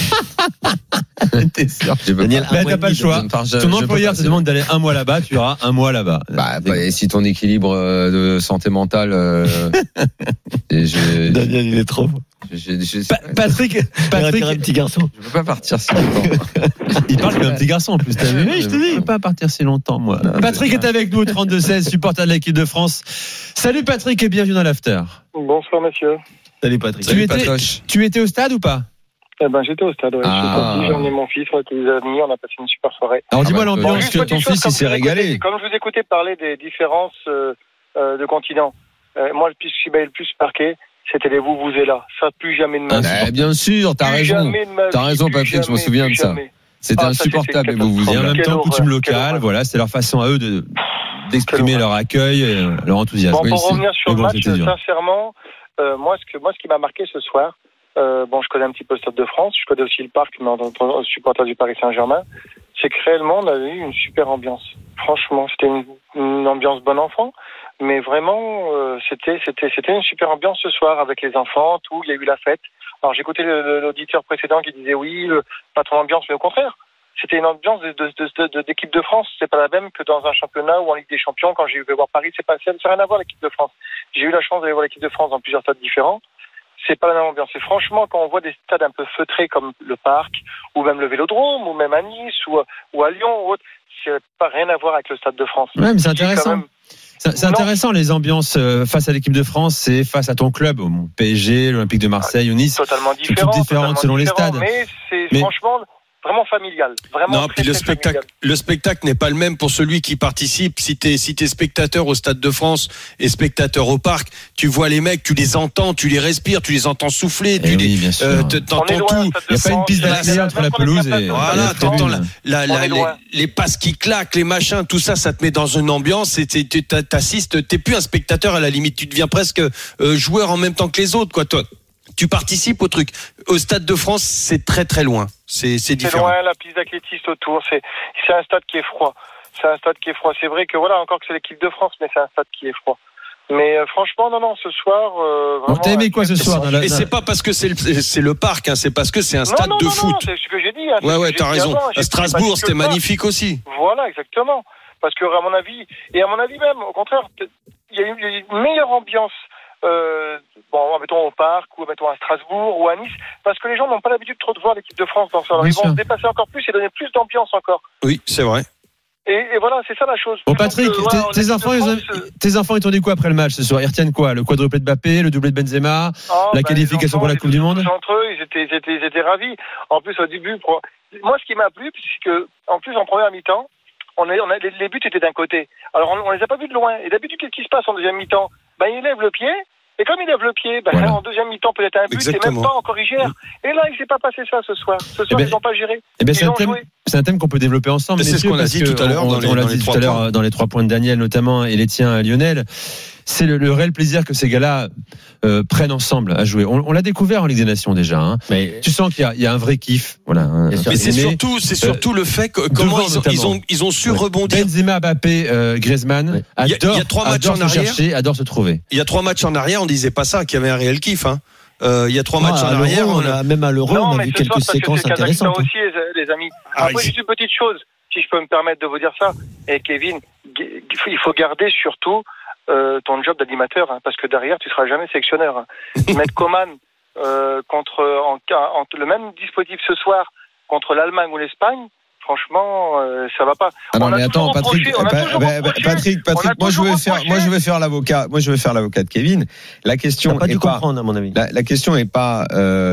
Speaker 9: T'es sûr? Daniel, t'as pas le choix. Ton employeur te demande d'aller 1 mois là-bas, tu auras 1 mois là-bas.
Speaker 11: Et si ton équilibre de santé mentale,
Speaker 1: Daniel, il est trop.
Speaker 9: Patrick,
Speaker 1: un petit garçon.
Speaker 11: Je peux pas partir si longtemps.
Speaker 9: Il parle comme un petit garçon en plus. T'as vu? Je te dis, je peux pas partir si longtemps, moi. Patrick est avec nous au 32-16, supporter de l'équipe de France. Salut Patrick et bienvenue dans l'after.
Speaker 12: Bonsoir messieurs.
Speaker 1: Salut Patrick.
Speaker 9: Tu étais au stade ou pas?
Speaker 12: J'étais au stade, j'ai emmené mon fils, on était des amis, on a passé une super soirée.
Speaker 9: Alors dis-moi l'ambiance que ton fils il s'est régalé.
Speaker 12: Comme je vous écoutais parler des différences de continents, moi le plus qui m'a le plus marqué, c'était les Vuvuzela. Ça, plus jamais de ma vie.
Speaker 11: Bien sûr, t'as raison. T'as raison Patrick, je me souviens de ça. C'était insupportable les Vuvuzela.
Speaker 9: Et en même temps, coutume locale, voilà, c'est leur façon à eux d'exprimer leur accueil, leur enthousiasme.
Speaker 12: Bon, pour revenir sur le match, sincèrement, moi ce qui m'a marqué ce soir, je connais un petit peu le Stade de France, je connais aussi le parc, mais en tant que supporter du Paris Saint-Germain, c'est que réellement on avait eu une super ambiance. Franchement, c'était une ambiance bon enfant, mais vraiment c'était une super ambiance ce soir avec les enfants, tout, il y a eu la fête. Alors j'écoutais l'auditeur précédent qui disait oui, pas trop d'ambiance, mais au contraire,
Speaker 13: c'était une ambiance d'équipe de France. C'est pas la même que dans un championnat ou en Ligue des Champions. Quand j'ai eu voir Paris, ça n'a rien à voir l'équipe de France. J'ai eu la chance d'aller voir l'équipe de France dans plusieurs stades différents. C'est pas la même ambiance. Et franchement, quand on voit des stades un peu feutrés comme le Parc, ou même le Vélodrome, ou même à Nice, ou à Lyon, ou autre, c'est pas rien à voir avec le Stade de France.
Speaker 9: Ouais, mais c'est intéressant. C'est intéressant les ambiances face à l'équipe de France, c'est face à ton club, au PSG, l'Olympique de Marseille ou Nice.
Speaker 13: Totalement différent.
Speaker 9: C'est toutes différentes selon les stades.
Speaker 13: Mais c'est franchement vraiment familial. Vraiment
Speaker 10: non, puis le spectacle n'est pas le même pour celui qui participe. Si t'es spectateur au Stade de France et spectateur au Parc, tu vois les mecs, tu les entends, tu les respires, tu les entends souffler, t'entends tout.
Speaker 9: Il n'y a pas une piste d'accès entre la pelouse et
Speaker 10: voilà, t'entends les passes qui claquent, les machins, tout ça, ça te met dans une ambiance et t'assistes, t'es plus un spectateur à la limite, tu deviens presque joueur en même temps que les autres, quoi, toi. Tu participes au truc. Au Stade de France, c'est très très loin. C'est différent.
Speaker 13: C'est loin, la piste d'athlétisme autour. C'est un stade qui est froid. C'est vrai que voilà, encore que c'est l'équipe de France, mais c'est un stade qui est froid. Mais franchement, non, ce soir.
Speaker 9: Bon, t'as aimé quoi ce soir
Speaker 10: Et c'est pas parce que c'est le Parc, hein, c'est parce que c'est un stade de foot.
Speaker 13: Non, c'est ce que j'ai dit. Hein,
Speaker 10: ouais, t'as raison. À Strasbourg, c'était magnifique aussi.
Speaker 13: Voilà, exactement. Parce que à mon avis même, au contraire, il y a une meilleure ambiance. Mettons au Parc ou mettons à Strasbourg ou à Nice, parce que les gens n'ont pas l'habitude trop de voir l'équipe de France dans ça. Alors, ils vont se dépasser encore plus et donner plus d'ambiance encore.
Speaker 10: Oui, c'est vrai.
Speaker 13: Et voilà, c'est ça la chose.
Speaker 9: Bon, Patrick, tes enfants, ils t'ont dit quoi après le match ce soir? Ils retiennent quoi? Le quadruplé de Mbappé, le doublé de Benzema, la qualification pour la Coupe du Monde?
Speaker 13: Entre eux, ils étaient ravis. En plus, au début, moi, ce qui m'a plu, c'est que, en plus, en première mi-temps, les buts étaient d'un côté. Alors, on les a pas vus de loin. Et d'habitude, qu'est-ce qui se passe en deuxième mi-temps? Il lève le pied. Et comme il lève le pied, voilà. En deuxième mi-temps, peut-être un but, et même pas en corrigère. Et là, il s'est pas passé ça ce soir. Ils n'ont pas géré.
Speaker 9: C'est un thème qu'on peut développer ensemble.
Speaker 10: C'est ce qu'on a dit tout à l'heure.
Speaker 9: On l'a dit tout à l'heure dans les 3 points de Daniel, notamment, et les tiens, Lionel. C'est le réel plaisir que ces gars-là prennent ensemble à jouer. On l'a découvert en Ligue des Nations déjà. Hein. Mais tu sens qu'il y a un vrai kiff. Voilà.
Speaker 10: Mais c'est surtout le fait que comment ils ont su rebondir.
Speaker 9: Benzema, Mbappé, Griezmann adorent se trouver.
Speaker 10: Il y a 3 matchs en arrière, on disait pas ça, qu'il y avait un réel kiff. Hein. Il y a 3 matchs en arrière,
Speaker 1: même à l'Euro, on a vu quelques séquences intéressantes.
Speaker 13: Aussi, les amis. Après, juste une petite chose, si je peux me permettre de vous dire ça. Et Kevin, il faut garder surtout ton job d'animateur, hein, parce que derrière tu seras jamais sélectionneur. Hein. Mettre Coman contre le même dispositif ce soir contre l'Allemagne ou l'Espagne, franchement, ça va pas.
Speaker 11: Ah non, mais attends, Patrick, moi je vais faire l'avocat de Kevin. La question
Speaker 1: pas dû comprendre, à mon avis.
Speaker 11: La question est pas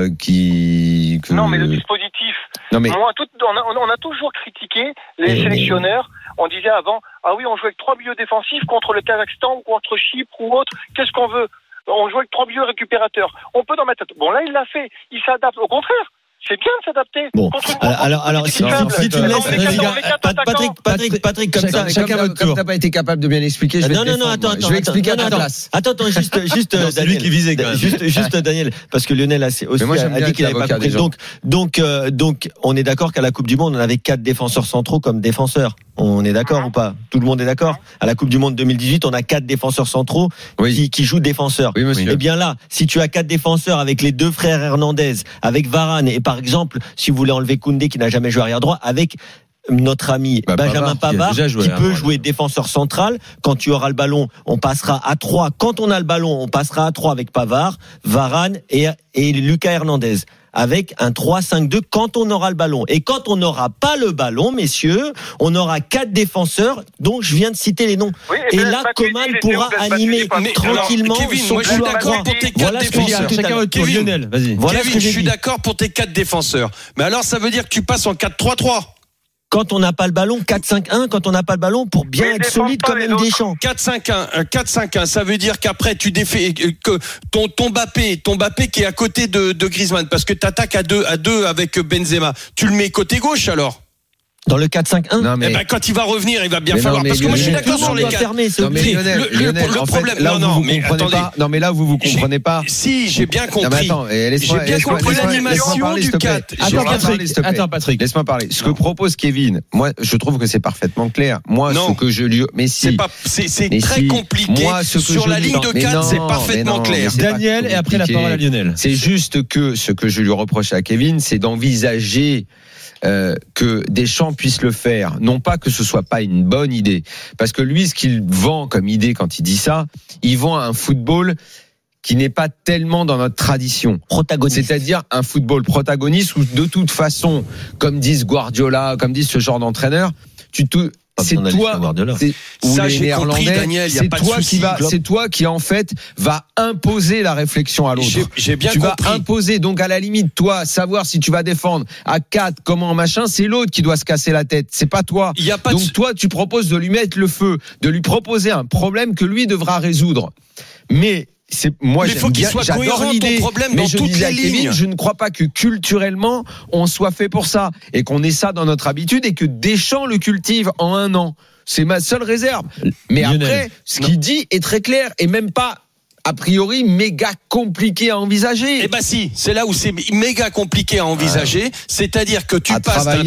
Speaker 13: Non, mais le dispositif. Non, mais... on a toujours critiqué les sélectionneurs. On disait avant, on joue avec 3 milieux défensifs contre le Kazakhstan ou contre Chypre ou autre. Qu'est-ce qu'on veut? On joue avec 3 milieux récupérateurs. On peut en mettre. Bon, là, il l'a fait. Il s'adapte. Au contraire. C'est bien de s'adapter.
Speaker 1: Bon, alors si tu me laisses, Patrick, comme ça, chacun votre tour.
Speaker 11: Comme t'as pas été capable de bien expliquer, je vais expliquer à ta place.
Speaker 1: Attends, juste Daniel,
Speaker 9: qui visait quand même.
Speaker 1: Juste Daniel, parce que Lionel a dit qu'il n'avait pas compris. Donc, on est d'accord qu'à la Coupe du Monde, on avait 4 défenseurs centraux comme défenseurs. On est d'accord ou pas? Tout le monde est d'accord? À la Coupe du Monde 2018, on a 4 défenseurs centraux qui jouent défenseurs.
Speaker 11: Oui, monsieur.
Speaker 1: Eh bien là, si tu as 4 défenseurs avec les 2 frères Hernandez, avec Varane et par exemple, si vous voulez enlever Koundé qui n'a jamais joué arrière droit, avec notre ami Benjamin Pavard qui peut jouer défenseur central. Quand tu auras le ballon, on passera à 3. Quand on a le ballon, on passera à 3 avec Pavard, Varane et Lucas Hernandez. Avec un 3-5-2 quand on aura le ballon. Et quand on n'aura pas le ballon, messieurs, on aura 4 défenseurs dont je viens de citer les noms. Oui, et là, Coman pourra animer tranquillement son couloir droit.
Speaker 10: Voilà ce que j'ai dit.
Speaker 9: Chacun votre tour. Lionel, vas-y.
Speaker 10: Voilà ce que je suis d'accord pour tes 4 défenseurs. Mais alors, ça veut dire que tu passes en 4-3-3.
Speaker 1: Quand on n'a pas le ballon, 4-5-1, quand on n'a pas le ballon, pour bien être solide comme même Deschamps.
Speaker 10: 4-5-1, ça veut dire qu'après tu défais que ton Mbappé qui est à côté de Griezmann, parce que t'attaques à deux avec Benzema. Tu le mets côté gauche alors?
Speaker 1: Dans le 4-5-1.
Speaker 11: Non, mais...
Speaker 10: quand il va revenir, il va bien
Speaker 11: mais
Speaker 10: falloir.
Speaker 11: Non,
Speaker 10: parce que moi, je suis
Speaker 1: Lionel,
Speaker 10: d'accord sur les
Speaker 1: doit fermer, c'est
Speaker 11: non, mais Lionel,
Speaker 10: le problème.
Speaker 11: Fait, là,
Speaker 10: non, mais
Speaker 11: attendez.
Speaker 10: pas.
Speaker 11: Non, mais là, vous comprenez pas.
Speaker 10: Si, j'ai bien compris.
Speaker 11: Non, mais attends,
Speaker 10: j'ai bien compris l'animation du 4.
Speaker 9: Attends, Patrick.
Speaker 11: Laisse-moi parler. Ce que propose Kevin, moi, je trouve que c'est parfaitement clair. Moi, ce que je lui, mais si.
Speaker 10: C'est très compliqué.
Speaker 11: Moi,
Speaker 10: sur la ligne de 4, c'est parfaitement clair.
Speaker 9: Daniel, et après la parole à Lionel.
Speaker 11: C'est juste que ce que je lui reproche à Kevin, c'est d'envisager que Deschamps puisse le faire, non pas que ce soit pas une bonne idée, parce que lui, ce qu'il vend comme idée quand il dit ça, il vend un football qui n'est pas tellement dans notre tradition.
Speaker 1: Protagoniste.
Speaker 11: C'est-à-dire un football protagoniste où de toute façon, comme disent Guardiola, comme disent ce genre d'entraîneur, c'est toi, ou
Speaker 10: ça,
Speaker 11: les Néerlandais,
Speaker 10: Daniel,
Speaker 11: c'est toi qui en fait va imposer la réflexion à l'autre.
Speaker 10: J'ai bien
Speaker 11: tu
Speaker 10: compris.
Speaker 11: vas imposer, donc à la limite, toi, savoir si tu vas défendre à 4, comment machin, c'est l'autre qui doit se casser la tête, c'est pas toi. Donc toi, tu proposes de lui mettre le feu, de lui proposer un problème que lui devra résoudre. Mais moi, j'adore l'idée, mais je disais à Kevin, je ne crois pas que culturellement on soit fait pour ça et qu'on ait ça dans notre habitude et que Deschamps le cultive en 1 an. C'est ma seule réserve. Mais Lionel, après, ce qu'il dit est très clair et même pas a priori méga compliqué à envisager.
Speaker 10: Eh ben si, c'est là où c'est méga compliqué à envisager, c'est-à-dire que tu passes d'un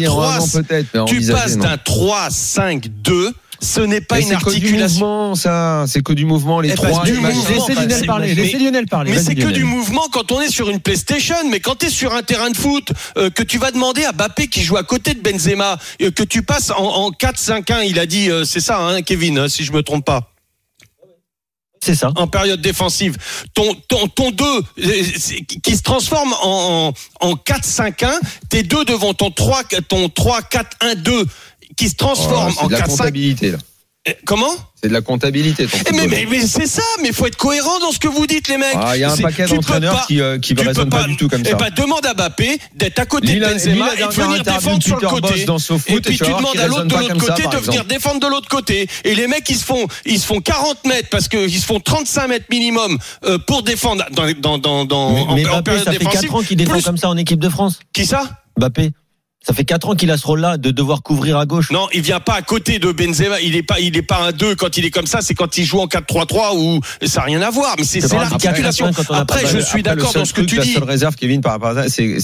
Speaker 10: 3-5-2. Ce n'est pas une articulation.
Speaker 11: C'est que du mouvement, les trois.
Speaker 9: Laissez Lionel parler.
Speaker 10: Mais c'est que du mouvement quand on est sur une PlayStation. Mais quand tu es sur un terrain de foot, que tu vas demander à Mbappé qui joue à côté de Benzema, que tu passes en 4-5-1, il a dit, c'est ça, hein, Kevin, si je me trompe pas.
Speaker 1: C'est ça.
Speaker 10: En période défensive. Ton 2 qui se transforme en 4-5-1, tes 2 devant ton 3-4-1-2 qui se transforme en 4-5.
Speaker 11: C'est de la comptabilité, là.
Speaker 10: Comment ?
Speaker 11: C'est de la comptabilité.
Speaker 10: Mais c'est ça, mais il faut être cohérent dans ce que vous dites, les mecs.
Speaker 11: Il y a un paquet d'entraîneurs qui ne raisonnent pas du tout comme ça.
Speaker 10: Eh ben, demande à Mbappé d'être à côté de Benzema et de venir défendre sur le côté. Et puis tu demandes à l'autre de l'autre côté de venir défendre de l'autre côté. Et les mecs, ils se font 40 mètres parce qu'ils se font 35 mètres minimum pour défendre
Speaker 1: en période défensive. Ça fait 4 ans qu'il défend comme ça en équipe de France.
Speaker 10: Qui ça ?
Speaker 1: Mbappé. Ça fait 4 ans qu'il a ce rôle-là de devoir couvrir à gauche.
Speaker 10: Non, il vient pas à côté de Benzema. Il est pas un 2 quand il est comme ça. C'est quand il joue en 4-3-3 où ça n'a rien à voir. Mais c'est l'articulation. Après, je suis d'accord dans ce que tu dis.
Speaker 11: La seule réserve, Kevin, par rapport à ça, c'est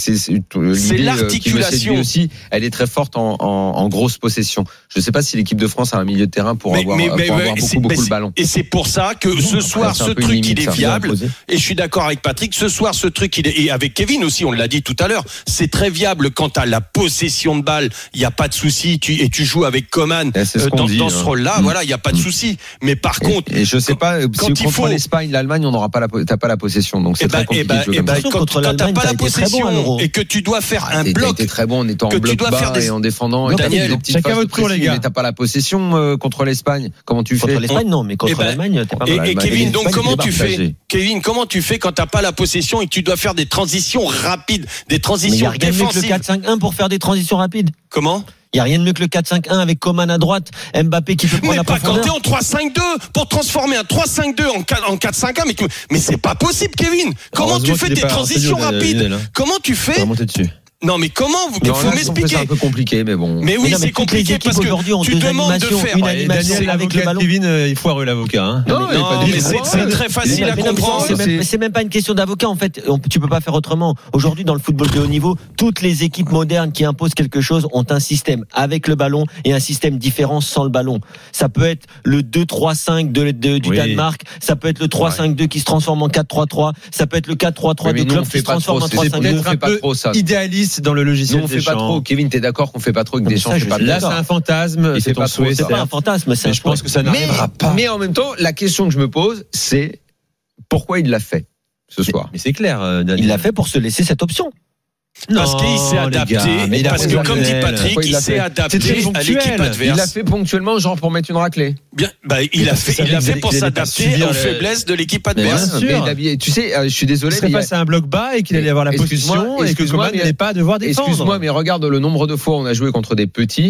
Speaker 10: l'articulation.
Speaker 11: Qui aussi, elle est très forte en grosse possession. Je ne sais pas si l'équipe de France a un milieu de terrain pour avoir beaucoup le ballon.
Speaker 10: Et c'est pour ça que ce soir, ce truc, il est viable. Et je suis d'accord avec Patrick. Ce soir, ce truc, et avec Kevin aussi, on l'a dit tout à l'heure, c'est très viable quand tu as la possession de balle, il n'y a pas de souci, et tu joues avec Coman dans ce rôle-là, voilà, il n'y a pas de souci. Mais par contre,
Speaker 11: et je sais pas, si contre l'Espagne, l'Allemagne, on n'aura pas t'as pas la possession, donc c'est très compliqué.
Speaker 10: Quand t'as pas la possession et que tu dois faire un bloc,
Speaker 11: t'es très bon en étant en bloc bas et en défendant.
Speaker 10: Daniel,
Speaker 11: chacun votre tour, les gars. Mais t'as pas la possession contre l'Espagne. Comment tu fais ?
Speaker 1: Contre l'Espagne, non, mais contre l'Allemagne, t'es pas mal.
Speaker 10: Et Kevin, donc comment tu fais ? Kevin, comment tu fais quand t'as pas la possession et que tu dois faire des transitions rapides, des transitions défensives ?
Speaker 1: Il y a rien de mieux que le 4-5-1 pour faire des transitions rapides.
Speaker 10: Comment ?
Speaker 1: Il n'y a rien de mieux que le 4-5-1 avec Coman à droite, Mbappé qui peut prendre la profondeur.
Speaker 10: Mais pas quand t'es en 3-5-2 pour transformer un 3-5-2 en 4-5-1. Mais c'est pas possible, Kevin. Comment tu fais des transitions rapides ? Comment tu fais ? Non, mais comment il faut m'expliquer.
Speaker 11: C'est un peu compliqué, mais bon.
Speaker 10: Mais oui, c'est compliqué parce que tu demandes de faire
Speaker 1: une animation avec le ballon.
Speaker 9: Kevin, il foireux l'avocat. Hein.
Speaker 10: Non, mais c'est très facile à comprendre.
Speaker 1: C'est même pas une question d'avocat. En fait, tu peux pas faire autrement. Aujourd'hui, dans le football de haut niveau, toutes les équipes modernes qui imposent quelque chose ont un système avec le ballon et un système différent sans le ballon. Ça peut être le 2-3-5 du Danemark. Ça peut être le 3-5-2 qui se transforme en 4-3-3. Ça peut être le 4-3-3 du club qui se transforme en 3-5-2.
Speaker 9: Un peu idéaliste dans le logiciel.
Speaker 11: Non, on fait pas trop. Kevin, t'es d'accord qu'on fait pas trop avec Deschamps.
Speaker 9: Là, c'est un fantasme.
Speaker 11: C'est
Speaker 1: pas un fantasme.
Speaker 9: Mais je pense que ça n'arrivera pas.
Speaker 11: Mais en même temps, la question que je me pose, c'est pourquoi il l'a fait ce soir.
Speaker 9: Mais c'est clair, Daniel.
Speaker 1: Il l'a fait pour se laisser cette option.
Speaker 10: Parce qu'il s'est adapté, parce que comme dit Patrick, il s'est adapté à l'équipe adverse.
Speaker 11: Il l'a fait ponctuellement, genre pour mettre une raclée.
Speaker 10: Bien, il a fait pour s'adapter aux faiblesses de l'équipe adverse.
Speaker 11: Tu sais, je suis désolé.
Speaker 9: Il serait passé à un bloc bas et qu'il allait avoir la position et que Coman n'allait pas devoir défendre.
Speaker 11: Excuse-moi, mais regarde le nombre de fois où on a joué contre des petits.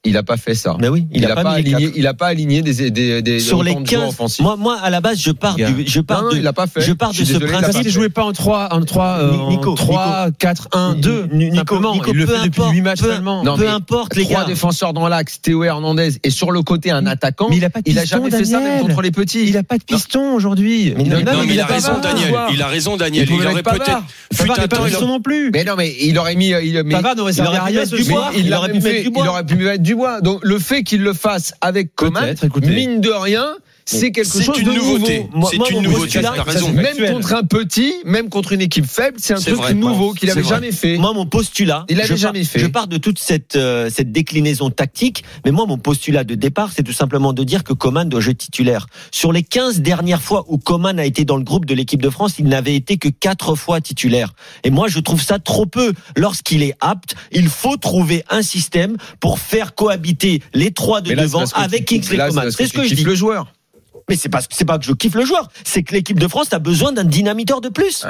Speaker 11: Il a pas fait ça.
Speaker 1: Mais oui,
Speaker 11: il a pas aligné des
Speaker 1: sur les 15 offensifs. Moi à la base je pars de ce principe.
Speaker 9: Parce qu'il jouait pas en 3 4 1 2
Speaker 1: Nico,
Speaker 9: il le fait depuis 8 matchs seulement.
Speaker 11: Peu importe les gars. 3 défenseurs dans l'axe, Théo Hernandez et sur le côté un attaquant.
Speaker 9: Mais il a jamais fait ça même contre
Speaker 11: les petits.
Speaker 9: Il a pas de piston aujourd'hui.
Speaker 10: Mais il a raison Daniel. Il a raison Daniel. Il aurait peut-être
Speaker 9: Pavard pas piston non plus.
Speaker 11: Mais non mais il aurait mis
Speaker 9: Pavard n'aurait servi à rien ce soir.
Speaker 11: Il aurait pu mettre du bois. Donc le fait qu'il le fasse avec Coman, mine de rien, c'est quelque chose de
Speaker 10: nouveauté. C'est une nouveauté.
Speaker 11: Même contre un petit, même contre une équipe faible, c'est un truc nouveau qu'il n'avait jamais fait.
Speaker 1: Moi, mon postulat, je pars de toute cette déclinaison tactique, mais moi, mon postulat de départ, c'est tout simplement de dire que Coman doit jouer titulaire. Sur les 15 dernières fois où Coman a été dans le groupe de l'équipe de France, il n'avait été que 4 fois titulaire. Et moi, je trouve ça trop peu. Lorsqu'il est apte, il faut trouver un système pour faire cohabiter les 3 de devant avec Kingsley Coman. C'est ce que je dis.
Speaker 11: Le joueur.
Speaker 1: Mais c'est pas que je kiffe le joueur, c'est que l'équipe de France a besoin d'un dynamiteur de plus.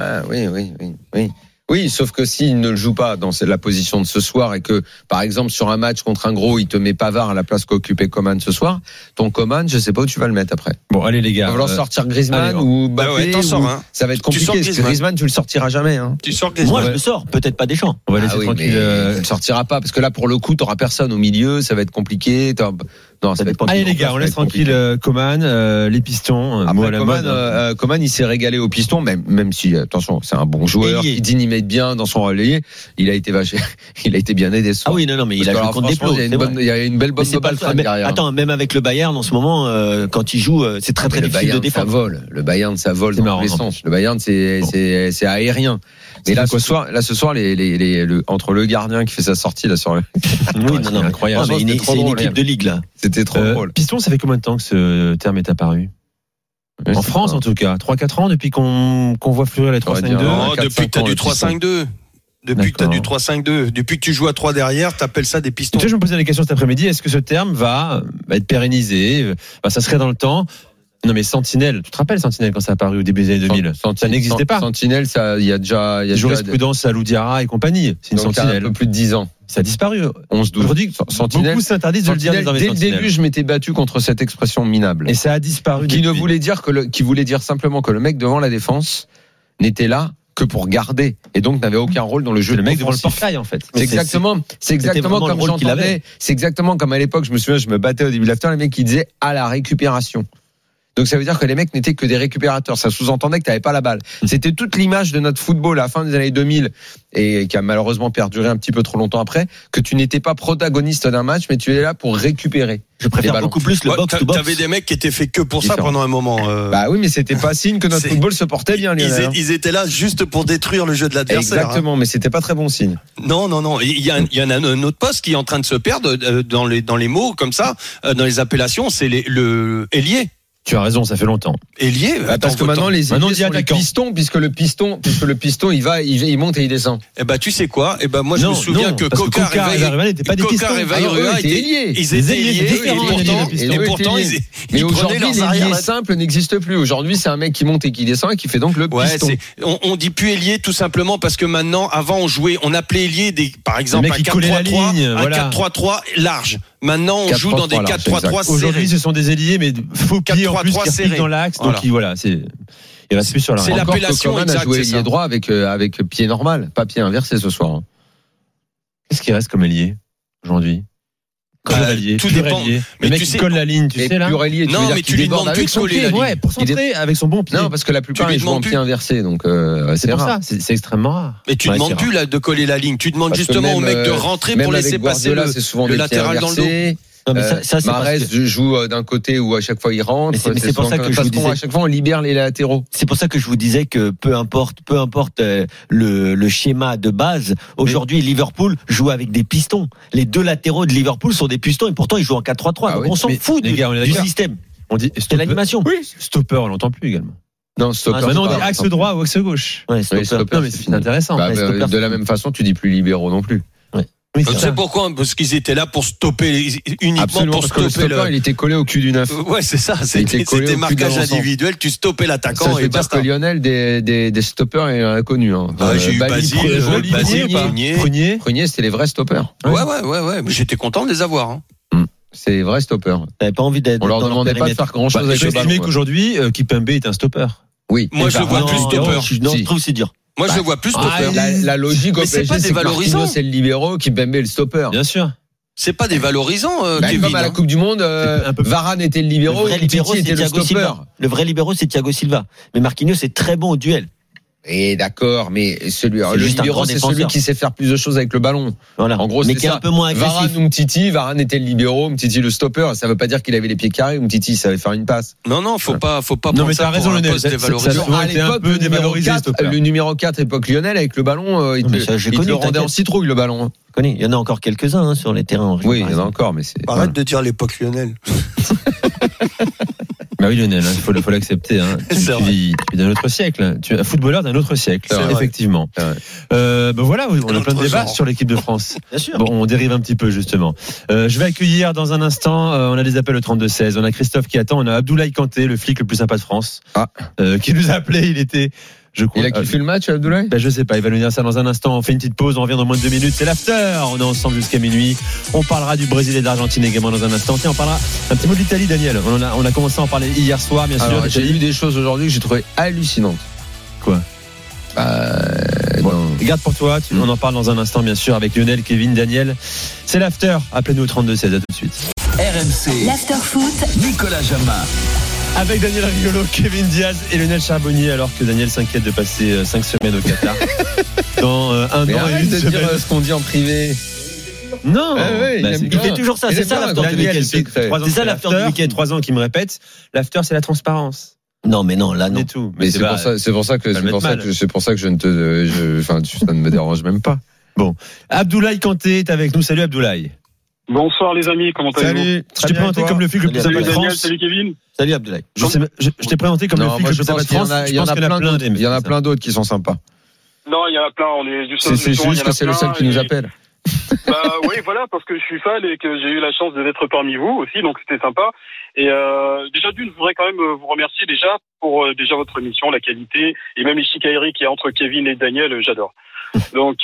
Speaker 11: Oui, sauf que s'il ne le joue pas dans la position de ce soir et que, par exemple, sur un match contre un gros, il te met Pavard à la place qu'occupait Coman ce soir, ton Coman, je sais pas où tu vas le mettre après.
Speaker 9: Bon, allez les gars.
Speaker 11: Il va falloir sortir Griezmann ou Mbappé. Ça va être compliqué. Parce que Griezmann, tu le sortiras jamais.
Speaker 10: Tu sors Griezmann.
Speaker 1: Moi, je le sors, peut-être pas Deschamps.
Speaker 9: On va laisser tranquille.
Speaker 11: Tu le sortiras pas parce que là, pour le coup, t'auras personne au milieu, ça va être compliqué. Non, ça va être
Speaker 9: allez les gars, on laisse tranquille Coman, les pistons.
Speaker 11: Coman, il s'est régalé au piston, même si attention, c'est un bon joueur, qui dynamite bien dans son relayé. Il a été bien aidé.
Speaker 1: Ah oui, non, mais il a joué contre des plots.
Speaker 11: Il y a une belle bombe de balle derrière.
Speaker 1: Attends, même avec le Bayern en ce moment, quand il joue, c'est très très difficile de défendre.
Speaker 11: Le Bayern, ça vole dans tous les sens. Le Bayern, c'est aérien. Mais là, ce soir, entre le gardien qui fait sa sortie là sur le.
Speaker 1: Oui, non, incroyable. C'est une équipe de ligue là.
Speaker 11: C'était trop drôle.
Speaker 9: Piston, ça fait combien de temps que ce terme est apparu? En France, en tout cas. 3-4 ans depuis qu'on voit fleurir les 3-5-2.
Speaker 10: Non, depuis que t'as du 3-5-2. Depuis que tu as du 3-5-2, depuis que tu joues à 3 derrière, tu appelles ça des pistons.
Speaker 9: Tu sais, je me posais la question cet après-midi, est-ce que ce terme va être pérennisé? Ça serait dans le temps. Non mais Sentinelle, tu te rappelles Sentinelle quand ça a apparu au début des années 2000? Ça n'existait pas.
Speaker 11: Sentinelle, il y a déjà
Speaker 9: jurisprudence à Loudiara et compagnie. C'est une Sentinelle.
Speaker 11: Un peu plus de 10 ans.
Speaker 9: Ça a disparu.
Speaker 11: 11-12.
Speaker 9: Aujourd'hui, beaucoup s'interdisent de le dire désormais.
Speaker 11: Dès le début, je m'étais battu contre cette expression minable.
Speaker 9: Et ça a disparu.
Speaker 11: Qui voulait dire simplement que le mec devant la défense n'était là que pour garder et donc n'avait aucun rôle dans le jeu.
Speaker 9: Le mec devant le portail en fait.
Speaker 11: C'est exactement comme j'entendais. C'est exactement comme à l'époque, je me souviens, je me battais au début de l'after, les mecs qui disaient à la récupération. Donc ça veut dire que les mecs n'étaient que des récupérateurs. Ça sous-entendait que tu n'avais pas la balle. C'était toute l'image de notre football à la fin des années 2000 et qui a malheureusement perduré un petit peu trop longtemps après, que tu n'étais pas protagoniste d'un match, mais tu es là pour récupérer.
Speaker 1: Je préfère beaucoup plus le box-to-box.
Speaker 10: T'avais des mecs qui étaient faits que pour ça pendant un moment.
Speaker 11: Bah oui, mais c'était pas signe que notre football se portait bien.
Speaker 10: Ils étaient là juste pour détruire le jeu de l'adversaire.
Speaker 11: Exactement, mais c'était pas très bon signe.
Speaker 10: Non. Il y en a un autre poste qui est en train de se perdre dans les mots comme ça, dans les appellations, c'est le ailier.
Speaker 9: Tu as raison, ça fait longtemps.
Speaker 10: Ailier,
Speaker 11: parce que maintenant les ailiers sont les pistons, puisque le piston il monte et il descend.
Speaker 10: Eh ben tu sais quoi? Eh ben moi je me souviens que Coca
Speaker 9: n'était pas des pistons.
Speaker 10: Ils étaient ailiers et pourtant
Speaker 11: mais aujourd'hui l'ailier simple n'existe plus. Aujourd'hui c'est un mec qui monte et qui descend et qui fait donc le piston.
Speaker 10: On dit plus ailier tout simplement parce que maintenant avant on appelait ailier par exemple un 4-3-3 large. Maintenant, on joue dans des 4-3-3 serrés.
Speaker 9: Aujourd'hui, ce sont des ailiers, mais faux pieds en plus qui repiquent dans l'axe. Donc, voilà, il reste plus sur la.
Speaker 10: C'est l'appellation
Speaker 11: exacte. A joué ailier droit avec pied normal, pas pied inversé ce soir.
Speaker 9: Qu'est-ce qui reste comme ailier aujourd'hui?
Speaker 10: Tout dépend.
Speaker 9: Mais le mec qui colle la ligne, tu sais là.
Speaker 10: Non, mais tu lui demandes plus de coller la ligne.
Speaker 9: Ouais, pour centrer avec son bon pied.
Speaker 11: Non, parce que la plupart ils jouent en pied inversé, donc
Speaker 9: c'est rare. C'est extrêmement rare.
Speaker 10: Mais tu demandes plus de coller la ligne. Tu demandes justement au mec de rentrer pour laisser passer le latéral dans le dos.
Speaker 1: Non, mais
Speaker 11: Mahrez joue d'un côté où à chaque fois il rentre.
Speaker 1: C'est pour ça que je vous disais.
Speaker 11: À chaque fois on libère les latéraux.
Speaker 1: C'est pour ça que je vous disais que peu importe le schéma de base. Aujourd'hui, Liverpool joue avec des pistons. Les deux latéraux de Liverpool sont des pistons et pourtant ils jouent en 4-3-3. Donc on s'en fout du système.
Speaker 9: On dit
Speaker 1: c'est l'animation.
Speaker 9: Oui, stopper, on l'entend plus également.
Speaker 11: Non, stopper.
Speaker 9: Maintenant on dit axe droit ou axe gauche.
Speaker 1: Ouais, stopper.
Speaker 9: Non, mais c'est intéressant.
Speaker 11: De la même façon, tu dis plus libéraux non plus.
Speaker 10: Oui, tu sais pourquoi? Parce qu'ils étaient là pour stopper, uniquement
Speaker 11: absolument,
Speaker 10: pour stopper
Speaker 11: il était collé au cul du neuf.
Speaker 10: Ouais, c'est ça. C'était marquage individuel. Tu stoppais l'attaquant et basta.
Speaker 11: Que Lionel, des stoppers est inconnu, hein.
Speaker 10: J'ai eu Basile,
Speaker 11: Prunier, c'était les vrais stoppers.
Speaker 10: Ouais. Mais j'étais content de les avoir, hein.
Speaker 11: C'est vrai stopper.
Speaker 1: T'avais pas envie d'être.
Speaker 11: On leur
Speaker 1: dans
Speaker 11: demandait pas de faire grand chose avec
Speaker 9: Je
Speaker 11: le
Speaker 9: vais
Speaker 11: ballon.
Speaker 9: estimer qu'aujourd'hui, Kipembe est un stopper.
Speaker 11: Oui.
Speaker 10: Moi, je le vois plus stopper.
Speaker 1: Non, je trouve que c'est dur.
Speaker 10: Moi, je le vois plus stopper.
Speaker 11: La logique au
Speaker 10: Mais c'est
Speaker 11: PSG,
Speaker 10: pas
Speaker 11: c'est que
Speaker 10: dévalorisant.
Speaker 11: Marquinhos, c'est le libéraux, Kipembe est le stopper.
Speaker 9: Bien sûr.
Speaker 10: C'est pas dévalorisant, Kevin.
Speaker 11: Comme à la Coupe du Monde, Varane était le libéraux, Titi était le stopper.
Speaker 1: Silva. Le vrai libéraux, c'est Thiago Silva. Mais Marquinhos, c'est très bon au duel.
Speaker 11: Et d'accord, mais le
Speaker 1: juste un
Speaker 11: libéraux,
Speaker 1: grand
Speaker 11: c'est
Speaker 1: défenseur.
Speaker 11: celui qui sait faire plus de choses avec le ballon.
Speaker 1: Voilà.
Speaker 11: En gros,
Speaker 1: mais
Speaker 11: c'est
Speaker 1: qui est
Speaker 11: ça.
Speaker 1: un peu moins agressif.
Speaker 11: Varane ou Umtiti, Varane était le libéraux, Umtiti le stopper. Ça veut pas dire qu'il avait les pieds carrés, Umtiti savait faire une passe.
Speaker 10: Non, faut pas
Speaker 9: Non,
Speaker 10: prendre
Speaker 9: mais
Speaker 10: ça
Speaker 9: t'as raison,
Speaker 10: pour un
Speaker 9: Lionel.
Speaker 10: poste
Speaker 9: Ça
Speaker 10: dévalorisant.
Speaker 11: À
Speaker 9: été un
Speaker 11: l'époque,
Speaker 9: peu dévalorisé, stopper.
Speaker 11: le numéro 4, époque Lionel, avec le ballon, il te le rendait en citrouille, le ballon.
Speaker 1: Il y en a encore quelques-uns sur les terrains.
Speaker 11: Oui, il y en a encore, mais c'est.
Speaker 14: Arrête de dire l'époque Lionel.
Speaker 9: Bah oui, Lionel, il faut l'accepter. Tu vis d'un autre siècle. Tu es un footballeur d'un autre siècle, effectivement. Voilà, on a plein de débats sur l'équipe de France.
Speaker 1: Bien sûr.
Speaker 9: Bon, on dérive un petit peu, justement. Je vais accueillir dans un instant, on a des appels au 32-16. On a Christophe qui attend, on a Abdoulaye Kanté, le flic le plus sympa de France, qui nous a appelé. Il était... Je crois.
Speaker 11: Il a kiffé le match, Abdoulaye ?
Speaker 9: Je sais pas, il va nous dire ça dans un instant. On fait une petite pause, on revient dans moins de 2 minutes. C'est l'after, on est ensemble jusqu'à minuit. On parlera du Brésil et de l'Argentine également dans un instant. Tiens, on parlera un petit mot de l'Italie, Daniel. On a commencé à en parler hier soir, bien sûr.
Speaker 11: Alors, j'ai lu des choses aujourd'hui que j'ai trouvé hallucinantes.
Speaker 9: Quoi ? Garde pour toi, on en parle dans un instant, bien sûr, avec Lionel, Kevin, Daniel. C'est l'after, appelez-nous au 32-16, à tout de suite.
Speaker 5: RMC,
Speaker 4: l'after foot,
Speaker 5: Nicolas Jamin.
Speaker 9: Avec Daniel Riolo, Kevin Diaz et Lionel Charbonnier, alors que Daniel s'inquiète de passer 5 semaines au Qatar. Dans un an et une semaine.
Speaker 11: Dire ce qu'on dit en privé.
Speaker 9: Non,
Speaker 1: il fait toujours ça, c'est ça l'after du week-end.
Speaker 9: C'est ça l'after du week-end, 3 ans qu'il me répète. L'after, c'est la transparence.
Speaker 1: Non, mais non, là, non.
Speaker 9: C'est tout.
Speaker 11: Mais c'est pour ça que je ne te, ça ne me dérange même pas.
Speaker 9: Bon. Abdoulaye Kanté est avec nous. Salut Abdoulaye.
Speaker 15: Bonsoir les amis, comment allez-vous ?
Speaker 9: Salut. Je t'ai présenté comme le flic le plus sympa de France.
Speaker 15: Salut Kevin.
Speaker 1: Salut Abdoulaye.
Speaker 9: Je t'ai présenté comme le flic le plus sympa de France.
Speaker 11: Il y en a plein d'autres qui sont sympas.
Speaker 15: Non, il y en a plein. On est du seul.
Speaker 11: C'est juste que c'est le seul qui nous appelle.
Speaker 15: Oui, voilà, parce que je suis fan et que j'ai eu la chance d'être parmi vous aussi, donc c'était sympa. Et déjà je voudrais quand même vous remercier déjà pour déjà votre émission, la qualité et même les chicailleries qu'il y a entre Kevin et Daniel, j'adore. Donc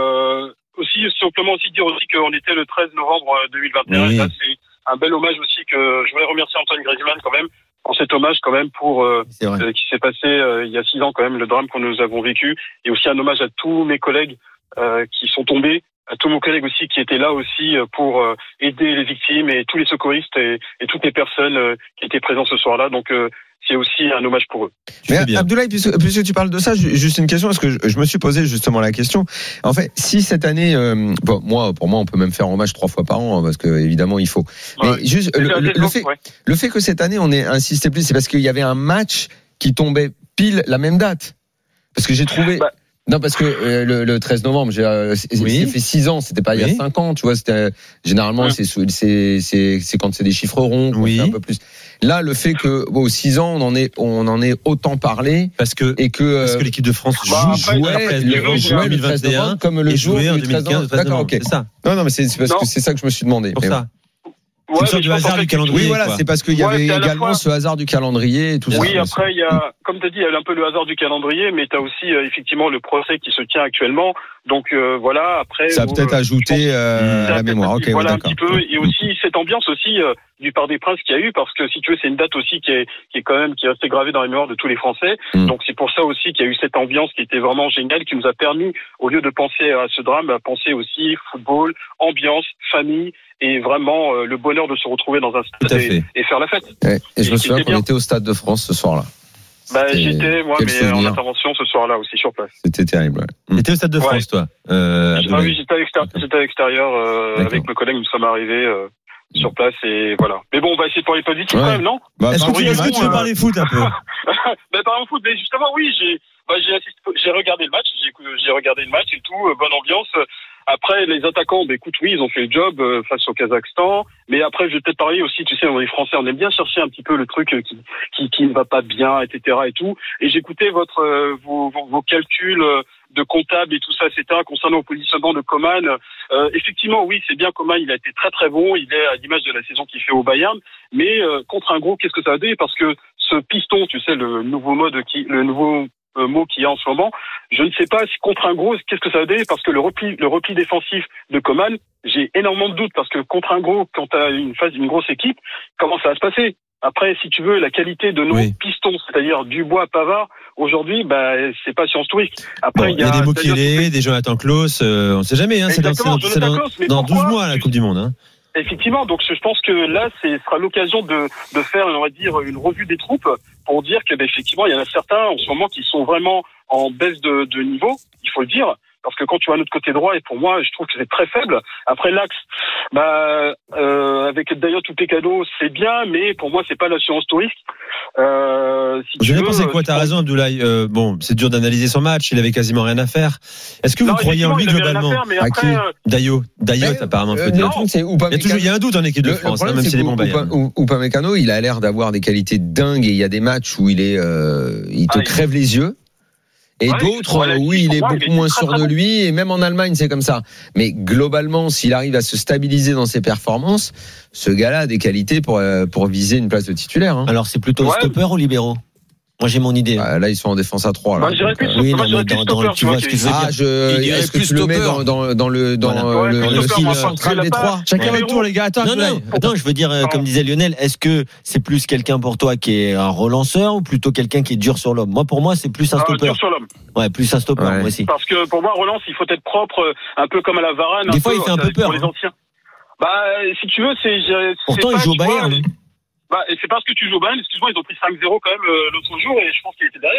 Speaker 15: aussi simplement aussi dire aussi qu'on était le 13 novembre 2021. Oui. Là, c'est un bel hommage aussi que je voudrais remercier Antoine Griezmann quand même pour cet hommage quand même pour qui s'est passé il y a 6 ans quand même, le drame que nous avons vécu, et aussi un hommage à tous mes collègues qui sont tombés, à tous mes collègues aussi qui étaient là aussi pour aider les victimes et tous les secouristes et toutes les personnes qui étaient présentes ce soir-là. Donc c'est aussi un hommage pour eux.
Speaker 11: Mais Abdoulaye, puisque tu parles de ça, juste une question, parce que je me suis posé justement la question. En fait, si cette année, pour moi, on peut même faire hommage 3 fois par an, parce que évidemment il faut. Mais juste le fait que cette année on ait insisté plus, c'est parce qu'il y avait un match qui tombait pile la même date. Parce que j'ai trouvé. Non, parce que le 13 novembre, ça fait 6 ans, c'était pas il y a 5 ans, tu vois. C'était généralement c'est quand c'est des chiffres ronds, qu'on fait un peu plus. Là, le fait que 6 ans, on en est autant parlé
Speaker 9: parce que l'équipe de France jouait le 2021
Speaker 11: comme le jour
Speaker 9: en 2015.
Speaker 11: D'accord, ok.
Speaker 9: C'est ça.
Speaker 11: Non, mais c'est parce que c'est ça que je me suis demandé.
Speaker 9: Pour ça.
Speaker 15: Ouais,
Speaker 9: c'est le hasard du calendrier.
Speaker 11: Oui, voilà, c'est parce qu'il y avait également ce hasard du calendrier et tout ça.
Speaker 15: Oui, après, il y a, comme tu as dit, il y a un peu le hasard du calendrier, mais tu as aussi, effectivement, le procès qui se tient actuellement. Donc, voilà, après.
Speaker 11: Ça a peut-être ajouté à la mémoire. Ok,
Speaker 15: voilà,
Speaker 11: d'accord.
Speaker 15: un petit peu. Et aussi, cette ambiance aussi, du Parc des Princes qu'il y a eu, parce que si tu veux, c'est une date aussi qui est quand même, qui est restée gravée dans la mémoire de tous les Français. Donc, c'est pour ça aussi qu'il y a eu cette ambiance qui était vraiment géniale, qui nous a permis, au lieu de penser à ce drame, à penser aussi football, ambiance, famille, et vraiment le bonheur de se retrouver dans un stade et faire la fête.
Speaker 11: Ouais. Et je me souviens qu'on était au Stade de France ce soir-là.
Speaker 15: J'étais, moi, mais en intervention ce soir-là aussi sur place.
Speaker 11: C'était terrible.
Speaker 9: T'étais au Stade de France, toi
Speaker 15: oui, j'étais à l'extérieur avec mes collègues, nous sommes arrivés sur place et voilà. Mais bon, on va essayer de parler positif quand même, non?
Speaker 9: Est-ce que tu veux parler foot un peu?
Speaker 15: Parler foot, mais justement, oui, j'ai regardé le match, j'ai regardé le match et tout, bonne ambiance. Après, les attaquants, écoute, oui, ils ont fait le job face au Kazakhstan. Mais après, je vais peut-être parler aussi, tu sais, on est français, on aime bien chercher un petit peu le truc qui ne va pas bien, etc. et tout. Et j'écoutais vos calculs de comptable et tout ça, etc. concernant le positionnement de Coman. Effectivement, oui, c'est bien, Coman, il a été très très bon. Il est à l'image de la saison qu'il fait au Bayern. Mais contre un gros, qu'est-ce que ça a donné? Parce que ce piston, tu sais, le nouveau mot qu'il y a en ce moment. Je ne sais pas si contre un gros, qu'est-ce que ça va donner, parce que le repli défensif de Coman, j'ai énormément de doutes, parce que contre un gros, quand tu as une grosse équipe, comment ça va se passer? Après, si tu veux, la qualité de nos pistons, c'est-à-dire Dubois, Pavard, aujourd'hui, c'est pas science touriste. Après,
Speaker 9: il y a des Mukiele, des Jonathan Klaus, on sait jamais, hein, c'est dans 12 mois la Coupe du Monde, hein.
Speaker 15: Effectivement, donc je pense que là, ce sera l'occasion de faire, on va dire, une revue des troupes pour dire que, effectivement, il y en a certains en ce moment qui sont vraiment en baisse de niveau, il faut le dire. Parce que quand tu vas à notre côté droit, et pour moi, je trouve que c'est très faible. Après l'axe, avec Dayot ou Pecado, c'est bien, mais pour moi, c'est pas l'assurance touriste.
Speaker 9: Vous avez pensé quoi? T'as raison, Abdoulaye. Bon, c'est dur d'analyser son match. Il avait quasiment rien à faire. Est-ce que vous croyez en lui globalement?
Speaker 15: À qui?
Speaker 9: Dayot, apparemment. Il y a un doute en équipe de France, même si c'est des bons Bayern.
Speaker 11: Upamecano, il a l'air d'avoir des qualités dingues, et il y a des matchs où il te crève les yeux. Et d'autres, il est beaucoup moins sûr de lui, et même en Allemagne, c'est comme ça. Mais globalement, s'il arrive à se stabiliser dans ses performances, ce gars-là a des qualités pour viser une place de titulaire. Hein.
Speaker 1: Alors, c'est plutôt stopper ou libéraux? Moi, j'ai mon idée.
Speaker 11: Là, ils sont en défense à 3. Là.
Speaker 15: J'irais plus
Speaker 1: oui, non, mais tu vois ce que je veux dire.
Speaker 11: Est-ce que tu le mets dans le style central des 3?
Speaker 9: Chacun votre tour, les gars.
Speaker 1: Attends, je veux dire, comme disait Lionel, est-ce que c'est plus quelqu'un pour toi qui est un relanceur ou plutôt quelqu'un qui est dur sur l'homme? Moi, pour moi, c'est plus un stopper.
Speaker 15: Dur sur l'homme.
Speaker 1: Ouais, plus un stopper, moi aussi.
Speaker 15: Parce que pour moi, relance, il faut être propre, un peu comme à la Varane.
Speaker 1: Des fois, il fait un peu peur.
Speaker 15: Pour les anciens. Si tu veux,
Speaker 1: pourtant, il joue au Bayern.
Speaker 15: Et c'est parce que tu joues au Bayern, excuse-moi, ils ont pris 5-0 quand même l'autre jour, et je pense qu'il était derrière.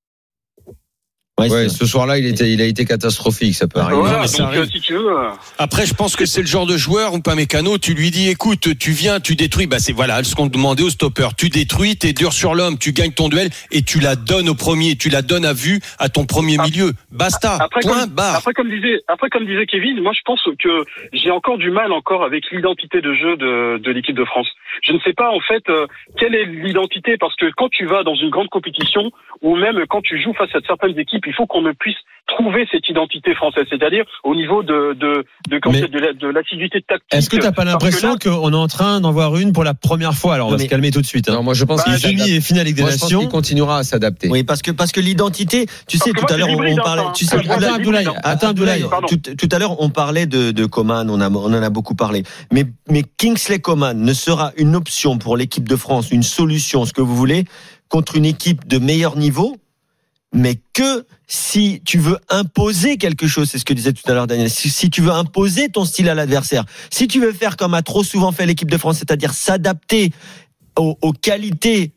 Speaker 11: Ouais, ce soir-là, il a été catastrophique, ça peut arriver.
Speaker 15: Voilà, donc, si tu veux.
Speaker 10: Après, je pense que c'est le genre de joueur ou pas Mécano, tu lui dis, écoute, tu viens, tu détruis, c'est voilà ce qu'on demandait au stopper. Tu détruis, t'es dur sur l'homme, tu gagnes ton duel et tu la donnes au premier, tu la donnes à vue à ton premier milieu. Basta. Barre.
Speaker 15: Après, comme disait Kevin, moi, je pense que j'ai encore du mal avec l'identité de jeu de l'équipe de France. Je ne sais pas, en fait, quelle est l'identité, parce que quand tu vas dans une grande compétition, ou même quand tu joues face à certaines équipes, il faut qu'on ne puisse trouver cette identité française, c'est-à-dire au niveau de l'assiduité tactique.
Speaker 9: Est-ce que t'as pas l'impression qu'on est en train d'en voir une pour la première fois? Alors on va se calmer tout de suite.
Speaker 11: Non, moi je pense
Speaker 9: qu'il demi et finale Ligue des Nations.
Speaker 11: Je pense qu'il continuera à s'adapter.
Speaker 1: Oui, parce que l'identité, tu sais, tout à l'heure on parlait. Tu sais, attends, Abdoulaye. Tout à l'heure on parlait de Coman, on en a beaucoup parlé. Mais Kingsley Coman ne sera une option pour l'équipe de France, une solution, ce que vous voulez, contre une équipe de meilleur niveau, mais que si tu veux imposer quelque chose, c'est ce que disait tout à l'heure Daniel, si tu veux imposer ton style à l'adversaire, si tu veux faire comme a trop souvent fait l'équipe de France, c'est-à-dire s'adapter aux qualités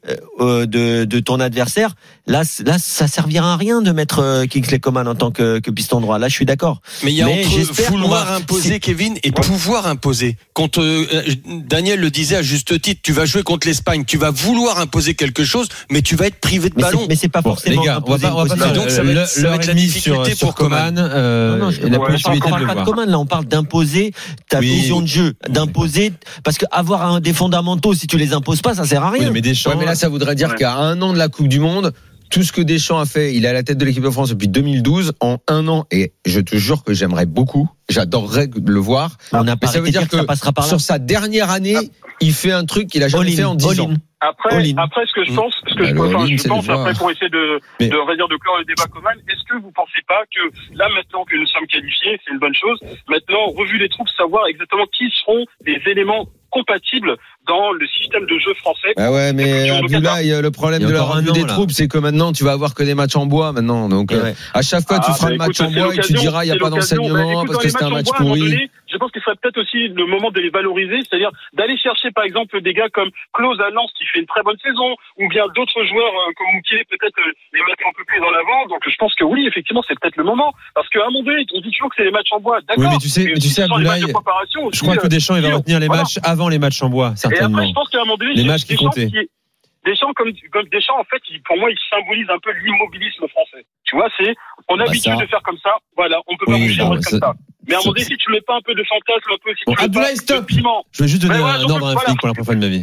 Speaker 1: de ton adversaire, là ça servira à rien de mettre Kingsley Coman en tant que piston droit. Là je suis d'accord.
Speaker 10: Mais il y a entre vouloir imposer, Kevin, et pouvoir imposer. Quand Daniel le disait à juste titre, tu vas jouer contre l'Espagne, tu vas vouloir imposer quelque chose, mais tu vas être privé de ballon.
Speaker 1: Mais c'est pas forcément.
Speaker 9: Les gars, on va pas faire. Donc ça va être la difficulté pour Coman.
Speaker 1: La possibilité de le voir. Coman, là on parle d'imposer ta vision de jeu, d'imposer, parce qu'avoir des fondamentaux, si tu les imposes pas, ça sert à rien.
Speaker 11: Oui, mais là, ça voudrait dire qu'à un an de la Coupe du Monde, tout ce que Deschamps a fait, il est à la tête de l'équipe de France depuis 2012, en un an, et je te jure que j'aimerais beaucoup, j'adorerais le voir.
Speaker 1: Mais ça veut dire que
Speaker 11: sur sa dernière année, il fait un truc qu'il a jamais fait en 10 ans.
Speaker 15: Après, ce que je pense, après, pour essayer on va dire, de clore le débat Coman, est-ce que vous pensez pas que là, maintenant que nous sommes qualifiés, c'est une bonne chose, maintenant, revu les troupes, savoir exactement qui seront les éléments compatibles dans le système de jeu français.
Speaker 11: Ah ouais, mais Abdoulaye, le problème de la revue des troupes, c'est que maintenant, tu vas avoir que des matchs en bois maintenant. Donc, à chaque fois, tu feras le match en bois et tu diras, il n'y a pas d'enseignement parce que c'est un match pourri.
Speaker 15: Je pense qu'il serait peut-être aussi le moment de les valoriser, c'est-à-dire d'aller chercher, par exemple, des gars comme Klose à Lens qui fait une très bonne saison, ou bien d'autres joueurs comme Moukielé, peut-être les mettre un peu plus en avant. Donc, je pense que oui, effectivement, c'est peut-être le moment. Parce qu'à un moment donné, on dit toujours que c'est les matchs en bois. D'accord.
Speaker 9: Oui, mais tu sais, Abdoulaye, je crois que Deschamps, il va retenir les matchs avant les matchs en bois, certainement. Et après,
Speaker 15: je pense qu'à un moment donné,
Speaker 9: les matchs qui comptaient.
Speaker 15: Deschamps, comme Deschamps, en fait, pour moi, il symbolise un peu l'immobilisme français. Tu vois, on a l'habitude de faire comme ça. Voilà, on peut pas bouger comme ça. Mais à un moment donné, si tu mets pas un peu de fantasme, un peu, si tu
Speaker 9: Abdoulaye, stop! Je vais juste donner un ordre à un flic pour la première fois de ma vie.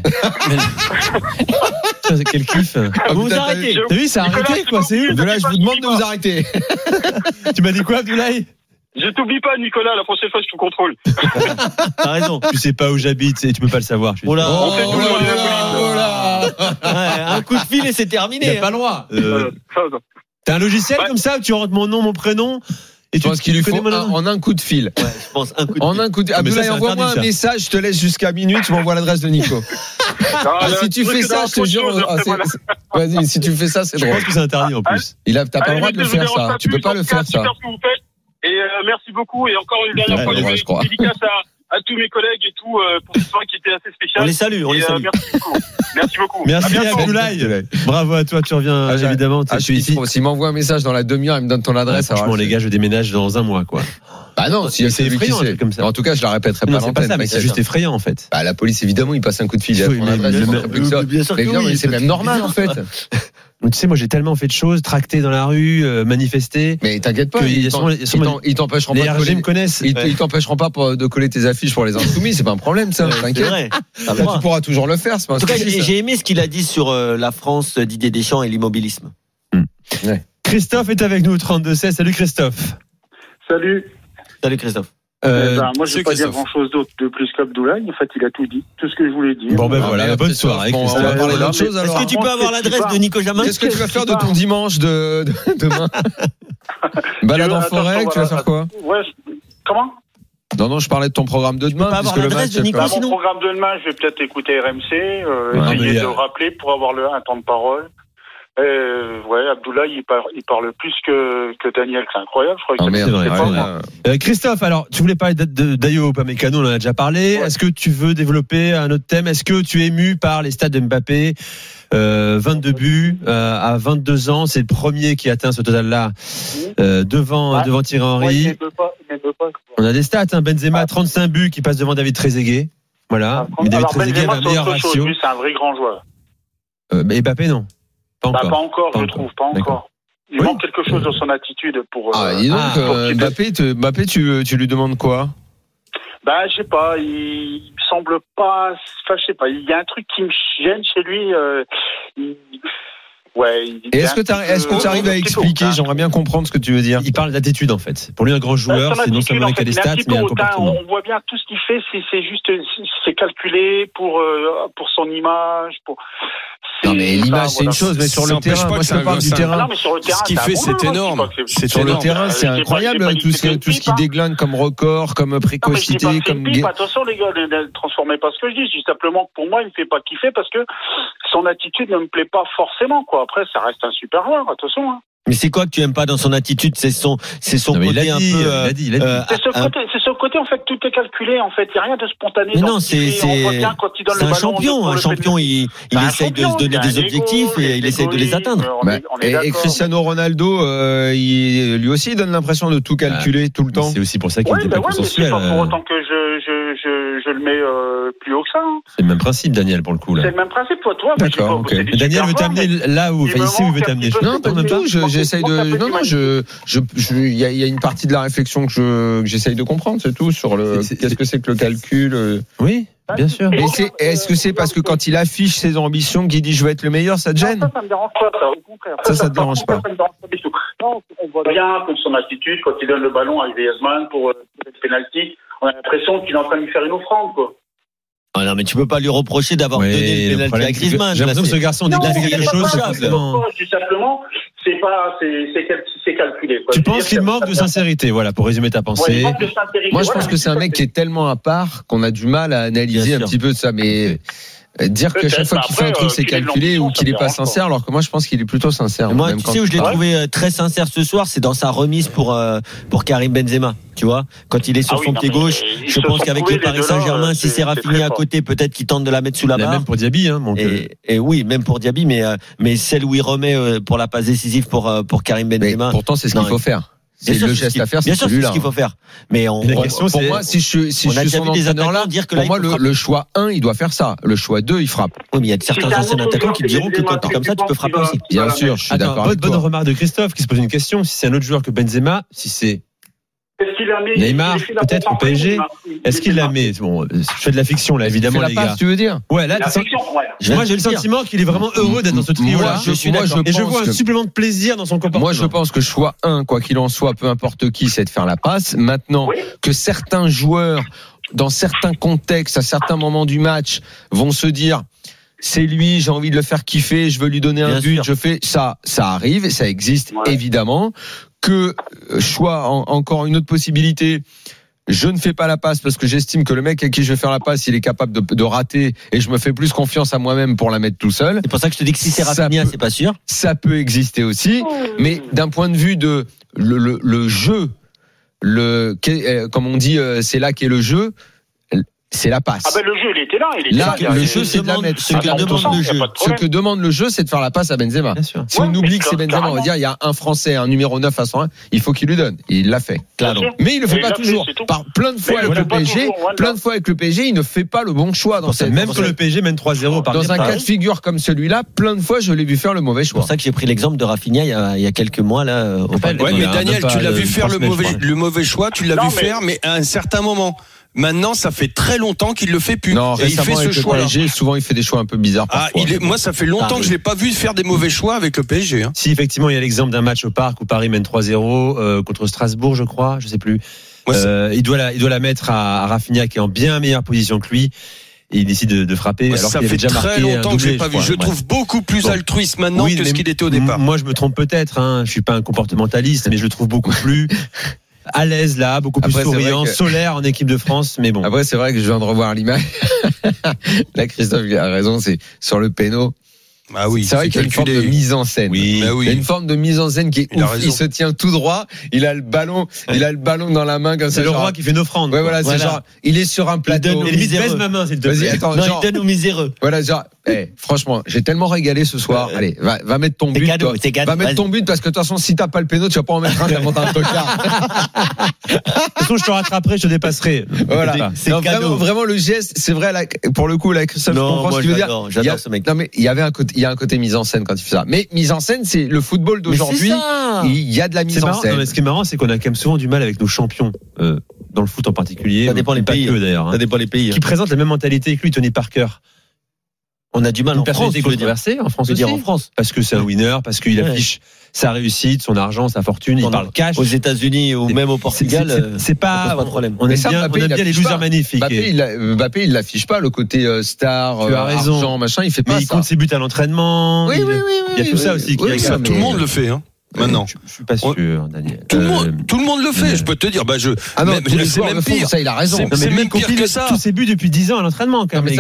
Speaker 9: Quel kiff!
Speaker 1: Vous arrêtez!
Speaker 9: T'as vu, ça a arrêté, quoi, c'est où?
Speaker 11: Abdoulaye, je vous demande de vous arrêter.
Speaker 9: Tu m'as dit quoi, Abdoulaye?
Speaker 15: Je t'oublie pas, Nicolas, la prochaine fois, je te contrôle.
Speaker 1: T'as raison.
Speaker 9: Tu sais pas où j'habite, tu peux pas le savoir.
Speaker 1: Oh là, un coup de fil et c'est terminé.
Speaker 9: Il a pas le droit. T'as un logiciel comme ça où tu rentres mon nom, mon prénom et
Speaker 11: je pense qu'il lui faut en un coup de fil.
Speaker 1: Ouais, je pense un coup de fil.
Speaker 11: En un coup de fil. Abdoulaye, envoie-moi un message, je te laisse jusqu'à minuit, tu m'envoies l'adresse de Nico. Si tu fais ça, je te jure, vas-y, si tu fais ça, c'est drôle.
Speaker 9: Je pense que c'est interdit en plus.
Speaker 11: T'as pas le droit de le faire ça. Tu peux pas le faire ça.
Speaker 15: Et merci beaucoup. Et encore une dernière fois, dédicace à tous mes collègues et tout pour cette soirée qui était assez spéciale.
Speaker 1: On les salue.
Speaker 15: Merci beaucoup.
Speaker 9: Merci Abdoulaye. Bravo à toi, tu reviens évidemment.
Speaker 11: Je suis ici. S'il m'envoie un message dans la demi-heure, il me donne ton adresse.
Speaker 9: Franchement, les gars, je déménage dans un mois, quoi.
Speaker 11: Bah non, si c'est effrayant comme ça. En tout cas, je la répéterai pas.
Speaker 9: C'est pas ça, mais c'est juste effrayant en fait.
Speaker 11: Bah la police évidemment, il passe un coup de fil. C'est même normal en fait.
Speaker 9: Tu sais, moi j'ai tellement fait de choses, tracté dans la rue, manifester.
Speaker 11: Mais t'inquiète pas, ils t'empêcheront pas.
Speaker 9: Les RG me connaissent.
Speaker 11: Ils t'empêcheront pas de coller tes affiches pour les insoumis, c'est pas un problème ça. T'inquiète. Tu pourras toujours le faire.
Speaker 1: En tout cas, j'ai aimé ce qu'il a dit sur la France, Didier Deschamps et l'immobilisme.
Speaker 9: Christophe est avec nous au 32-16. Salut Christophe.
Speaker 12: Salut
Speaker 1: Christophe.
Speaker 12: Moi, je ne vais pas dire grand-chose d'autre de plus qu'Abdoulaye. En fait, il a tout dit, tout ce que je voulais dire.
Speaker 9: Bon, ben voilà, bonne soirée, Christophe.
Speaker 11: On va parler d'autre chose, alors.
Speaker 1: Est-ce que tu peux avoir l'adresse de Nico Jamin?
Speaker 11: Qu'est-ce que tu vas faire de ton dimanche de demain? Balade en forêt, tu vas faire quoi?
Speaker 12: Ouais, comment?
Speaker 11: Non, je parlais de ton programme de demain.
Speaker 1: Puisque le match,
Speaker 12: mon programme de demain, je vais peut-être écouter RMC, essayer de rappeler pour avoir un temps de parole. Abdoulaye, il parle plus que Daniel, c'est incroyable. Je crois que
Speaker 9: c'est vrai. Christophe, alors, tu voulais parler d'Ayo Upamecano, on en a déjà parlé. Ouais. Est-ce que tu veux développer un autre thème? Est-ce que tu es ému par les stats de Mbappé? 22 buts à 22 ans, c'est le premier qui atteint ce total-là devant Thierry Henry. On a des stats, Benzema 35 buts qui passe devant David Trezeguet. Voilà. Mais David Trezeguet a un meilleur ratio.
Speaker 12: C'est un vrai grand joueur.
Speaker 9: Mais Mbappé non.
Speaker 12: Pas encore, je trouve, pas encore. Il manque quelque chose dans son attitude pour.
Speaker 11: Dis donc, Mbappé, tu lui demandes quoi?
Speaker 12: Je sais pas, il semble pas. Enfin, je sais pas, il y a un truc qui me gêne chez lui.
Speaker 11: Et est-ce que tu arrives à expliquer? J'aimerais bien comprendre ce que tu veux dire.
Speaker 9: Il parle d'attitude en fait. Pour lui, un grand joueur, c'est non seulement avec les stats, mais un comportement.
Speaker 12: On voit bien tout ce qu'il fait, c'est juste, c'est calculé pour son image,
Speaker 11: Non mais l'image c'est une chose, mais sur le terrain, moi je parle du terrain.
Speaker 10: Ce qu'il fait, c'est énorme.
Speaker 11: Sur le terrain, c'est incroyable tout ce qui déglingue comme record, comme précocité, comme.
Speaker 12: Attention les gars, ne transformez pas ce que je dis. Je dis simplement que pour moi, il me fait pas kiffer parce que son attitude ne me plaît pas forcément, quoi. Après, ça reste un super joueur, attention.
Speaker 1: Mais c'est quoi que tu aimes pas dans son attitude? C'est son côté un peu.
Speaker 12: C'est son côté, en fait, tout est calculé, en fait. Il n'y a rien de spontané.
Speaker 1: Mais non, c'est un champion. Un champion, il essaye de se donner des objectifs et il essaye de les atteindre.
Speaker 11: Et Cristiano Ronaldo, lui aussi, il donne l'impression de tout calculer tout le temps.
Speaker 9: C'est aussi pour ça qu'il n'était pas consensuel.
Speaker 12: C'est pas pour autant que je le mets plus haut que ça.
Speaker 9: C'est le même principe, Daniel, pour le coup, là.
Speaker 12: C'est le même principe, toi.
Speaker 11: D'accord, ok.
Speaker 9: Daniel veut t'amener là où, ici où il veut t'amener.
Speaker 11: Non, pas du tout. J'essaye de. Non, il y a une partie de la réflexion que j'essaye de comprendre, c'est tout, sur qu'est-ce que c'est que le calcul.
Speaker 9: Oui, bien sûr.
Speaker 11: Est-ce que c'est parce que quand il affiche ses ambitions qu'il dit je veux être le meilleur, ça te gêne?
Speaker 12: Ça me dérange pas, ça, au contraire.
Speaker 11: Ça te dérange pas?
Speaker 12: Ça me dérange pas du tout. Non, on voit bien comme son attitude quand il donne le ballon à Griezmann pour le penalty. On a l'impression qu'il est en train de lui faire une offrande, quoi.
Speaker 1: Ah non, mais tu peux pas lui reprocher d'avoir donné le penalty à Griezmann.
Speaker 9: J'ai l'impression que ce garçon dit quelque chose.
Speaker 12: Simplement, c'est calculé.
Speaker 9: Tu penses qu'il manque de sincérité, voilà, pour résumer ta pensée.
Speaker 11: Moi, je pense que c'est un mec qui est tellement à part qu'on a du mal à analyser un petit peu ça, mais dire qu'à chaque fois qu'il fait un truc c'est calculé ou qu'il est pas sincère, alors que moi je pense qu'il est plutôt sincère.
Speaker 1: Moi, tu sais où je l'ai trouvé très sincère ce soir, c'est dans sa remise pour Karim Benzema. Tu vois, quand il est sur son pied gauche, je pense qu'avec le Paris Saint-Germain, si c'est Rafinha à côté, peut-être qu'il tente de la mettre sous la barre.
Speaker 9: Même pour Diaby,
Speaker 1: et oui, même pour Diaby, mais celle où il remet pour la passe décisive pour Karim Benzema.
Speaker 11: Mais pourtant, c'est ce qu'il faut faire. C'est le geste à faire, c'est celui-là.
Speaker 1: C'est ce qu'il faut faire. Mais
Speaker 11: pour moi, si je suis son entraîneur-là, pour moi, le choix 1, il doit faire ça. Le choix 2, il frappe.
Speaker 1: Oui, mais il y a certains anciens attaquants qui diront que quand t'es comme ça, tu peux frapper aussi.
Speaker 11: Bien sûr, je suis d'accord avec toi.
Speaker 9: Bonne remarque de Christophe qui se pose une question. Si c'est un autre joueur que Benzema, si c'est Neymar, peut-être au PSG. Est-ce qu'il la met? Bon, je fais de la fiction là, évidemment, les gars.
Speaker 11: Tu veux dire?
Speaker 9: Ouais, là, moi, j'ai le sentiment qu'il est vraiment heureux d'être dans ce trio-là.
Speaker 1: Je suis d'accord.
Speaker 9: Et je vois un supplément de plaisir dans son comportement.
Speaker 11: Moi, je pense que choix 1, quoi qu'il en soit, peu importe qui, c'est de faire la passe. Maintenant, que certains joueurs, dans certains contextes, à certains moments du match, vont se dire, c'est lui, j'ai envie de le faire kiffer, je veux lui donner un but,
Speaker 1: sûr.
Speaker 11: je fais ça arrive, ça existe évidemment. Que choix encore une autre possibilité. Je ne fais pas la passe parce que j'estime que le mec à qui je vais faire la passe, il est capable de rater et je me fais plus confiance à moi-même pour la mettre tout seul.
Speaker 1: C'est pour ça que je te dis que si c'est Rafinha, c'est pas sûr.
Speaker 11: Ça peut exister aussi, mais d'un point de vue de le jeu, comme on dit, c'est là qu'est le jeu. C'est la passe.
Speaker 14: Ah ben le jeu, il était là.
Speaker 11: Là, le jeu, c'est de la mettre. Ce que demande le jeu, c'est de faire la passe à Benzema. Si on oublie que c'est Benzema, on va dire il y a un Français, un numéro 9 à 101, il faut qu'il lui donne. Il l'a fait. Mais il le fait pas toujours. Par plein de fois avec le PSG, il ne fait pas le bon choix.
Speaker 9: Même que le PSG mène 3-0 par
Speaker 11: dans un cas de figure comme celui-là, plein de fois je l'ai vu faire le mauvais choix.
Speaker 1: C'est pour ça que j'ai pris l'exemple de Rafinha il y a quelques mois là.
Speaker 10: Ouais, mais Daniel, tu l'as vu faire le mauvais choix, tu l'as vu faire, mais à un certain moment. Maintenant, ça fait très longtemps qu'il le fait plus.
Speaker 11: Non,
Speaker 10: et il fait ce choix.
Speaker 11: Souvent, il fait des choix un peu bizarres. Parfois.
Speaker 10: Moi, ça fait longtemps que je l'ai pas vu faire des mauvais choix avec le PSG. Hein.
Speaker 9: Si effectivement, il y a l'exemple d'un match au Parc où Paris mène 3-0 contre Strasbourg, je crois, je sais plus. Il doit la mettre à Rafinha qui est en bien meilleure position que lui. Et il décide de frapper. Alors
Speaker 10: ça
Speaker 9: qu'il
Speaker 10: fait
Speaker 9: avait déjà
Speaker 10: très
Speaker 9: marqué
Speaker 10: longtemps que je l'ai pas vu. Je trouve beaucoup plus altruiste maintenant que ce qu'il était au départ.
Speaker 9: Moi, je me trompe peut-être. Je suis pas un comportementaliste, mais je le trouve beaucoup plus à l'aise là, beaucoup plus souriant, solaire en équipe de France, mais bon.
Speaker 11: Après, c'est vrai que je viens de revoir l'image. Là, Christophe a raison, c'est sur le péno.
Speaker 10: Ah oui,
Speaker 11: c'est vrai qu'il y a une forme de mise en scène.
Speaker 10: Oui.
Speaker 11: Il y a une forme de mise en scène qui est ouf. Il se tient tout droit. Il a le ballon dans la main comme ça.
Speaker 9: C'est le roi qui fait une offrande.
Speaker 11: Ouais, voilà, c'est genre, il est sur un plateau.
Speaker 9: Il baise ma main, s'il te plaît.
Speaker 11: Attends,
Speaker 1: il donne aux miséreux.
Speaker 11: Voilà, genre, franchement, j'ai tellement régalé ce soir. Allez, va mettre ton but. Va mettre ton but parce que de toute façon, si t'as pas le péno, tu vas pas en mettre un avant un tocard.
Speaker 9: De toute façon, je te rattraperai, je te dépasserai.
Speaker 11: Voilà. C'est vraiment le geste, c'est vrai, là, pour le coup, là, Christophe, je comprends ce qu'il veut dire.
Speaker 1: J'adore ce mec.
Speaker 11: Non, mais il y a un côté mise en scène quand il fait ça. Mais mise en scène, c'est le football d'aujourd'hui. Il y a de la mise en scène.
Speaker 9: Non, mais ce qui est marrant, c'est qu'on a quand même souvent du mal avec nos champions, dans le foot en particulier.
Speaker 1: Ça dépend les pays.
Speaker 9: D'ailleurs.
Speaker 1: Ça dépend les pays.
Speaker 9: Qui présentent la même mentalité que lui, Tony Parker.
Speaker 1: On a du mal en France,
Speaker 9: en France aussi.
Speaker 1: En France.
Speaker 9: Parce que c'est un winner, parce qu'il affiche sa réussite, son argent, sa fortune, il parle cash.
Speaker 1: Aux États-Unis ou même au Portugal,
Speaker 9: c'est pas
Speaker 1: de problème.
Speaker 9: On aime bien les losers magnifiques.
Speaker 11: Mbappé, il l'affiche pas le côté star, argent, machin, il fait pas ça.
Speaker 9: Mais il compte ses buts à l'entraînement.
Speaker 11: Oui.
Speaker 9: Il y a tout ça aussi.
Speaker 10: Tout le monde le fait, hein. Maintenant,
Speaker 9: je suis pas sûr, Daniel.
Speaker 10: Tout le monde le fait. Je peux te dire, c'est même pire.
Speaker 11: Ça, il a raison.
Speaker 10: C'est même pire que ça.
Speaker 9: Tous ses buts depuis 10 ans à l'entraînement, quand même.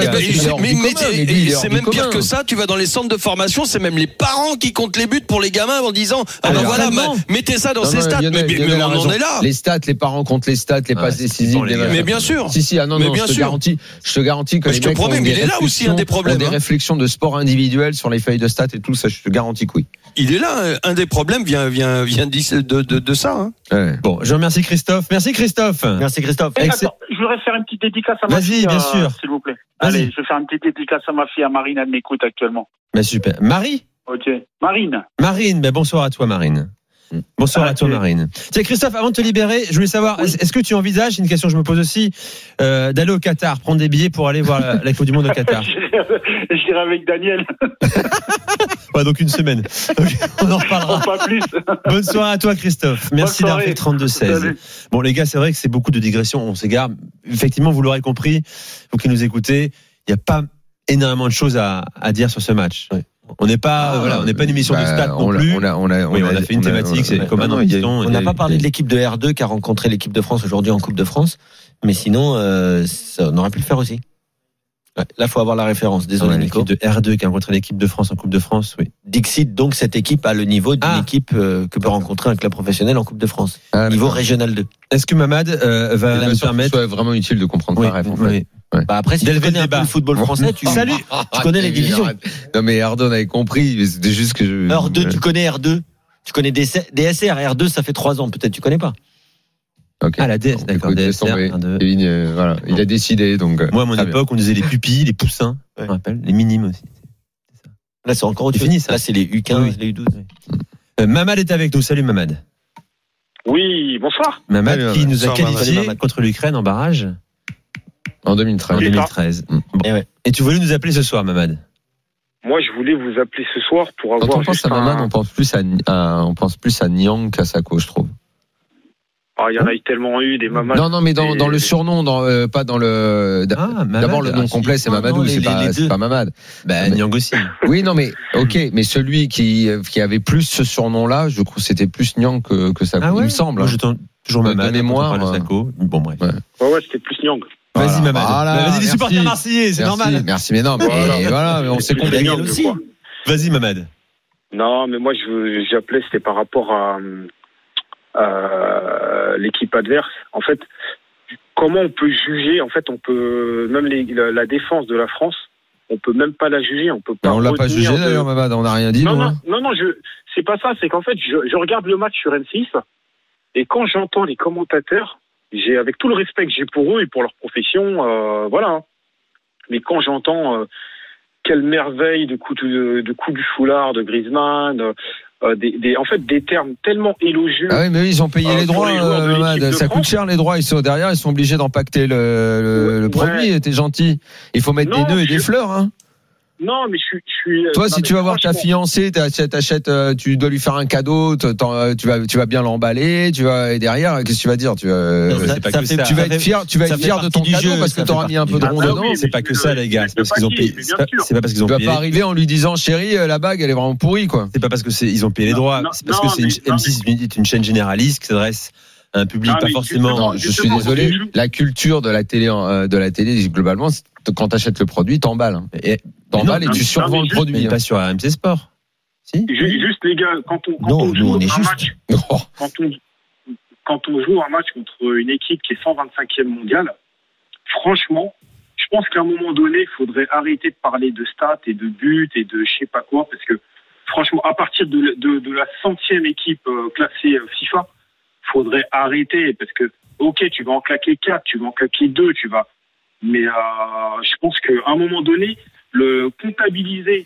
Speaker 10: C'est même pire que ça. Tu vas dans les centres de formation, c'est même les parents qui comptent les buts pour les gamins en disant, voilà, mettez ça dans ces stats. Mais on en est là.
Speaker 11: Les stats, les parents comptent les stats, les passes décisives.
Speaker 10: Mais bien sûr.
Speaker 11: Si, non, je te garantis que les mecs ont
Speaker 10: il est là aussi un des problèmes.
Speaker 11: Des réflexions de sport individuel sur les feuilles de stats et tout ça, je te garantis que oui.
Speaker 10: Il est là, un des problèmes vient de ça. Hein.
Speaker 9: Ouais. Bon, je remercie Christophe. Merci Christophe.
Speaker 1: Merci Christophe.
Speaker 14: Attends, je voudrais faire une petite dédicace à ma fille.
Speaker 9: Vas-y, bien sûr.
Speaker 14: S'il vous plaît. Allez, je vais faire une petite dédicace à ma fille, à Marine, elle m'écoute actuellement.
Speaker 9: Super. Marie.
Speaker 14: Ok. Marine.
Speaker 9: Bonsoir à toi, Marine. Bonsoir à toi, Marine. Tiens, Christophe, avant de te libérer, je voulais savoir, est-ce que tu envisages, c'est une question que je me pose aussi, d'aller au Qatar, prendre des billets pour aller voir la Coupe du Monde au Qatar?
Speaker 14: J'irai avec Daniel.
Speaker 9: Ouais, donc une semaine. Okay, on en reparlera.
Speaker 14: Pas plus.
Speaker 9: Bonne soirée à toi, Christophe. Merci d'avoir fait 32-16. Bon, les gars, c'est vrai que c'est beaucoup de digressions. On s'égare. Effectivement, vous l'aurez compris, vous qui nous écoutez, il n'y a pas énormément de choses à dire sur ce match. Ouais. On n'est pas, on n'est pas une émission de stats non plus. On a fait une thématique, c'est comme un ambition.
Speaker 1: On n'a pas parlé de l'équipe de R2 qui a rencontré l'équipe de France aujourd'hui en Coupe de France, mais sinon, on aurait pu le faire aussi. Ouais, là, il faut avoir la référence. Désolé, Nico.
Speaker 9: L'équipe de R2 qui a rencontré l'équipe de France en Coupe de France, oui.
Speaker 1: Dixit, donc cette équipe a le niveau d'une équipe que peut rencontrer un club professionnel en Coupe de France. Niveau régional 2.
Speaker 9: Est-ce que Mamad va nous permettre...
Speaker 11: C'est vraiment utile de comprendre la rêve, en fait.
Speaker 1: Ouais. Bah après, si tu connais un peu le football français, tu connais les divisions.
Speaker 11: Non mais R2, on avait compris, c'était juste que
Speaker 1: R2, tu connais R2, tu connais des SR. R2, ça fait 3 ans, peut-être, tu connais pas.
Speaker 11: Okay.
Speaker 9: Ah, la DS, d'accord, DSR.
Speaker 11: Voilà, il a décidé, donc.
Speaker 9: Moi, à mon époque, on disait les pupilles, les poussins, je me rappelle, les minimes aussi.
Speaker 1: Là, c'est encore autre chose. Fini, ça. Là, c'est les U15, les U12.
Speaker 9: Mamad est avec nous. Salut, Mamad.
Speaker 14: Oui, bonsoir.
Speaker 9: Mamad qui nous a qualifié contre l'Ukraine en barrage.
Speaker 11: En 2013.
Speaker 9: Bon. Et tu voulais nous appeler ce soir, Mamad?
Speaker 14: Moi, je voulais vous appeler ce soir pour avoir.
Speaker 11: Quand on pense à Mamad, on pense plus à Niang qu'à Sako, je trouve.
Speaker 14: Il y en a eu tellement des Mamad.
Speaker 11: Non, mais dans le surnom, pas dans le. D'abord, le nom complet, c'est Mamadou, c'est pas Mamad.
Speaker 9: Niang aussi.
Speaker 11: Oui, non, mais ok, mais celui qui avait plus ce surnom-là, je crois que c'était plus Niang que Sako, il me semble.
Speaker 9: Moi, je toujours Mamad.
Speaker 11: De mémoire.
Speaker 9: Bon, bref.
Speaker 14: Ouais, c'était plus Niang.
Speaker 9: Vas-y, Mamad.
Speaker 11: Vas-y,
Speaker 9: les supporters marseillais, c'est normal.
Speaker 11: Merci, mais non, mais voilà, on sait qu'on gagne
Speaker 1: aussi.
Speaker 9: Vas-y, Mamad.
Speaker 14: Non, mais moi, j'appelais, c'était par rapport à l'équipe adverse. En fait, comment on peut juger? En fait, on peut même la défense de la France, on peut même pas la juger. On peut pas.
Speaker 11: On l'a pas jugé d'ailleurs, Mamad. On n'a rien dit.
Speaker 14: Non, c'est pas ça. C'est qu'en fait, je regarde le match sur M6 et quand j'entends les commentateurs, avec tout le respect que j'ai pour eux et pour leur profession, voilà. Mais quand j'entends quelle merveille de coup du foulard de Griezmann, en fait des termes tellement élogieux.
Speaker 11: Ah oui, mais ils ont payé les droits, Mamad. Ça coûte cher les droits. Ils sont derrière, ils sont obligés d'empacter le produit. T'es gentil. Il faut mettre des nœuds et des fleurs, hein.
Speaker 14: Non, mais je suis.
Speaker 11: Toi, si tu vas voir ta fiancée, t'achètes, tu dois lui faire un cadeau, tu vas bien l'emballer, et derrière, qu'est-ce que tu vas dire? Tu vas être fier de ton cadeau parce que t'auras mis un peu de rond dedans.
Speaker 9: C'est pas que ça, les gars. C'est parce qu'ils ont payé. C'est pas parce qu'ils ont payé.
Speaker 11: Tu vas pas arriver en lui disant, chérie, la bague, elle est vraiment pourrie, quoi.
Speaker 9: C'est pas parce que ils ont payé les droits. C'est parce que M6 est une chaîne généraliste qui s'adresse à un public pas forcément.
Speaker 11: Non, je suis désolé. La culture de la télé, globalement, quand t'achètes le produit, t'emballes. T'emballes et tu survends le produit.
Speaker 9: Pas sur RMC Sport. Si.
Speaker 14: Juste les gars, quand on joue un match contre une équipe qui est 125e mondiale, franchement, je pense qu'à un moment donné, il faudrait arrêter de parler de stats et de buts et de je sais pas quoi, parce que franchement, à partir de la 100e équipe classée FIFA, faudrait arrêter, parce que ok, tu vas en claquer 4, tu vas en claquer 2, mais je pense qu'à un moment donné, le comptabiliser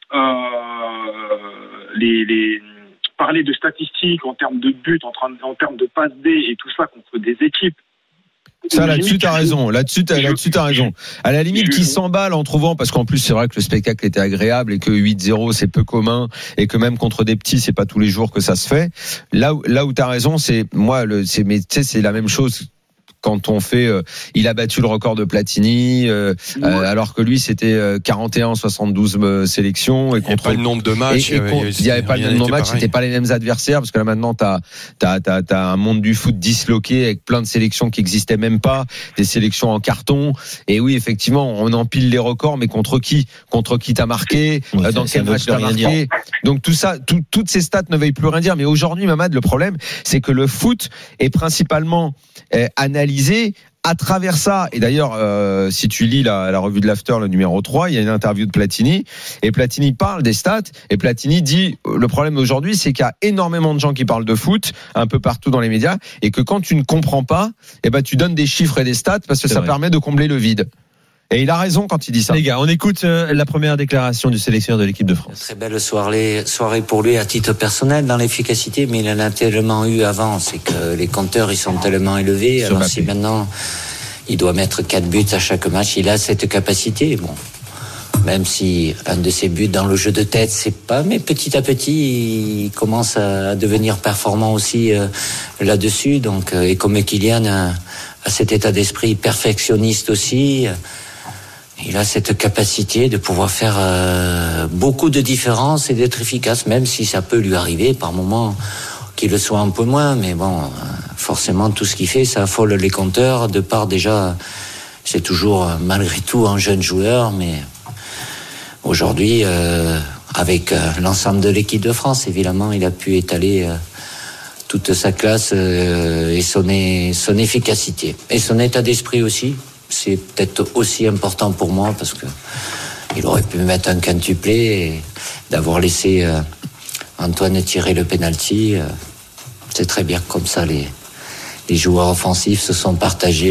Speaker 14: parler de statistiques en termes de buts, en termes de passes D et tout ça contre des équipes.
Speaker 11: Ça, là-dessus, t'as raison. Là-dessus, t'as raison. À la limite, qui s'emballe en trouvant, parce qu'en plus, c'est vrai que le spectacle était agréable et que 8-0, c'est peu commun et que même contre des petits, c'est pas tous les jours que ça se fait. Là où t'as raison, c'est la même chose. Quand on fait, il a battu le record de Platini, alors que lui c'était 41-72 sélections et contre
Speaker 10: pas le nombre de matchs.
Speaker 11: Il y avait pas le nombre de matchs, c'était pas les mêmes adversaires parce que là maintenant t'as un monde du foot disloqué avec plein de sélections qui existaient même pas, des sélections en carton. Et oui, effectivement, on empile les records, mais contre qui t'as marqué, dans quel match t'as marqué. Donc tout ça, toutes ces stats ne veulent plus rien dire. Mais aujourd'hui, Mamad, le problème, c'est que le foot est principalement analysé à travers ça. Et d'ailleurs, si tu lis la revue de l'After, le numéro 3, il y a une interview de Platini, et Platini parle des stats, et Platini dit, le problème aujourd'hui, c'est qu'il y a énormément de gens qui parlent de foot, un peu partout dans les médias, et que quand tu ne comprends pas, tu donnes des chiffres et des stats, parce que ça permet de combler le vide. Et il a raison quand il dit ça.
Speaker 9: Les gars, on écoute la première déclaration du sélectionneur de l'équipe de France.
Speaker 16: Très belle soirée pour lui à titre personnel dans l'efficacité, mais il en a tellement eu avant, c'est que les compteurs ils sont tellement élevés. Alors si maintenant il doit mettre 4 buts à chaque match, il a cette capacité. Bon, même si un de ses buts dans le jeu de tête, c'est pas, mais petit à petit il commence à devenir performant aussi là-dessus. Donc et comme Kylian a cet état d'esprit perfectionniste aussi. Il a cette capacité de pouvoir faire beaucoup de différences et d'être efficace, même si ça peut lui arriver par moments qu'il le soit un peu moins. Mais bon, forcément, tout ce qu'il fait, ça affole les compteurs. De part déjà, c'est toujours malgré tout un jeune joueur, mais aujourd'hui, avec l'ensemble de l'équipe de France, évidemment, il a pu étaler toute sa classe et son efficacité. Et son état d'esprit aussi. C'est peut-être aussi important pour moi parce que il aurait pu mettre un quintuplé et d'avoir laissé Antoine tirer le penalty. C'est très bien comme ça. Les joueurs offensifs se sont partagés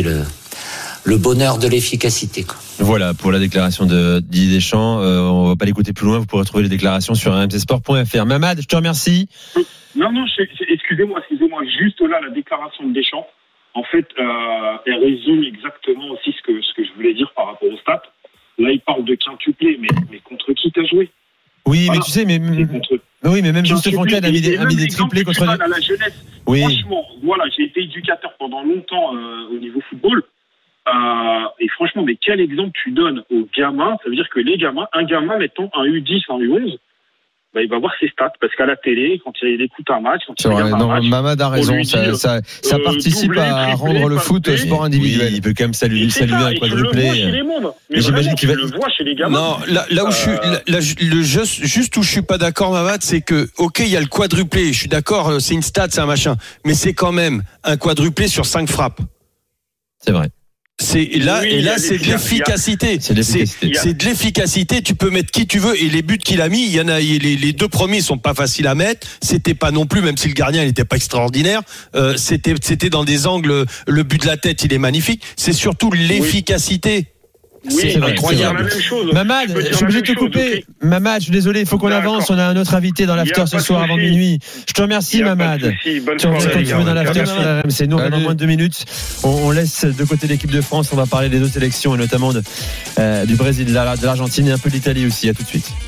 Speaker 16: le bonheur de l'efficacité, quoi.
Speaker 9: Voilà pour la déclaration de Didier Deschamps. On va pas l'écouter plus loin. Vous pourrez trouver les déclarations sur rmcsport.fr. Mamad, je te remercie.
Speaker 14: Non, excusez-moi. Juste là, la déclaration de Deschamps. En fait, elle résume exactement aussi ce que je voulais dire par rapport aux stats. Là, il parle de quintuplé, mais contre qui t'as joué?
Speaker 9: Oui, voilà. Mais tu sais, mais même Juste Fontaine a mis des triplés contre
Speaker 14: à la jeunesse.
Speaker 9: Oui.
Speaker 14: Franchement, voilà, j'ai été éducateur pendant longtemps au niveau football. Et franchement, mais quel exemple tu donnes aux gamins? Ça veut dire que les gamins, un gamin, mettons un U10, un U11, bah, il va voir ses stats parce qu'à la télé, quand il écoute un match, quand il regarde un match,
Speaker 11: Mamad a raison, ça participe
Speaker 14: doublé,
Speaker 11: à
Speaker 14: triplé,
Speaker 11: rendre le foot
Speaker 14: quadruplé.
Speaker 11: sport individuel.
Speaker 9: Oui, il peut quand même saluer un quadruplé.
Speaker 14: Mais j'imagine qu'il le voit chez les gamins.
Speaker 10: Non, là où juste où je suis pas d'accord, Mamad, c'est que, ok, il y a le quadruplé, je suis d'accord, c'est une stat, c'est un machin, mais c'est quand même un quadruplé sur 5 frappes.
Speaker 9: C'est vrai.
Speaker 10: C'est là c'est de l'efficacité. C'est de l'efficacité. Tu peux mettre qui tu veux et les buts qu'il a mis, il y en a. Les 2 premiers sont pas faciles à mettre. C'était pas non plus, même si le gardien il était pas extraordinaire. C'était dans des angles. Le but de la tête, il est magnifique. C'est surtout l'efficacité.
Speaker 14: C'est incroyable.
Speaker 9: Mamad, je suis obligé de te couper. Mamad, je suis désolé, il faut qu'on avance. On a un autre invité dans l'after ce soir avant minuit. Je te remercie, Mamad. Tu reviens quand tu veux dans l'after sur la RMC. Nous, on a moins de 2 minutes. On laisse de côté l'équipe de France. On va parler des autres sélections et notamment du Brésil, de l'Argentine et un peu de l'Italie aussi. À tout de suite.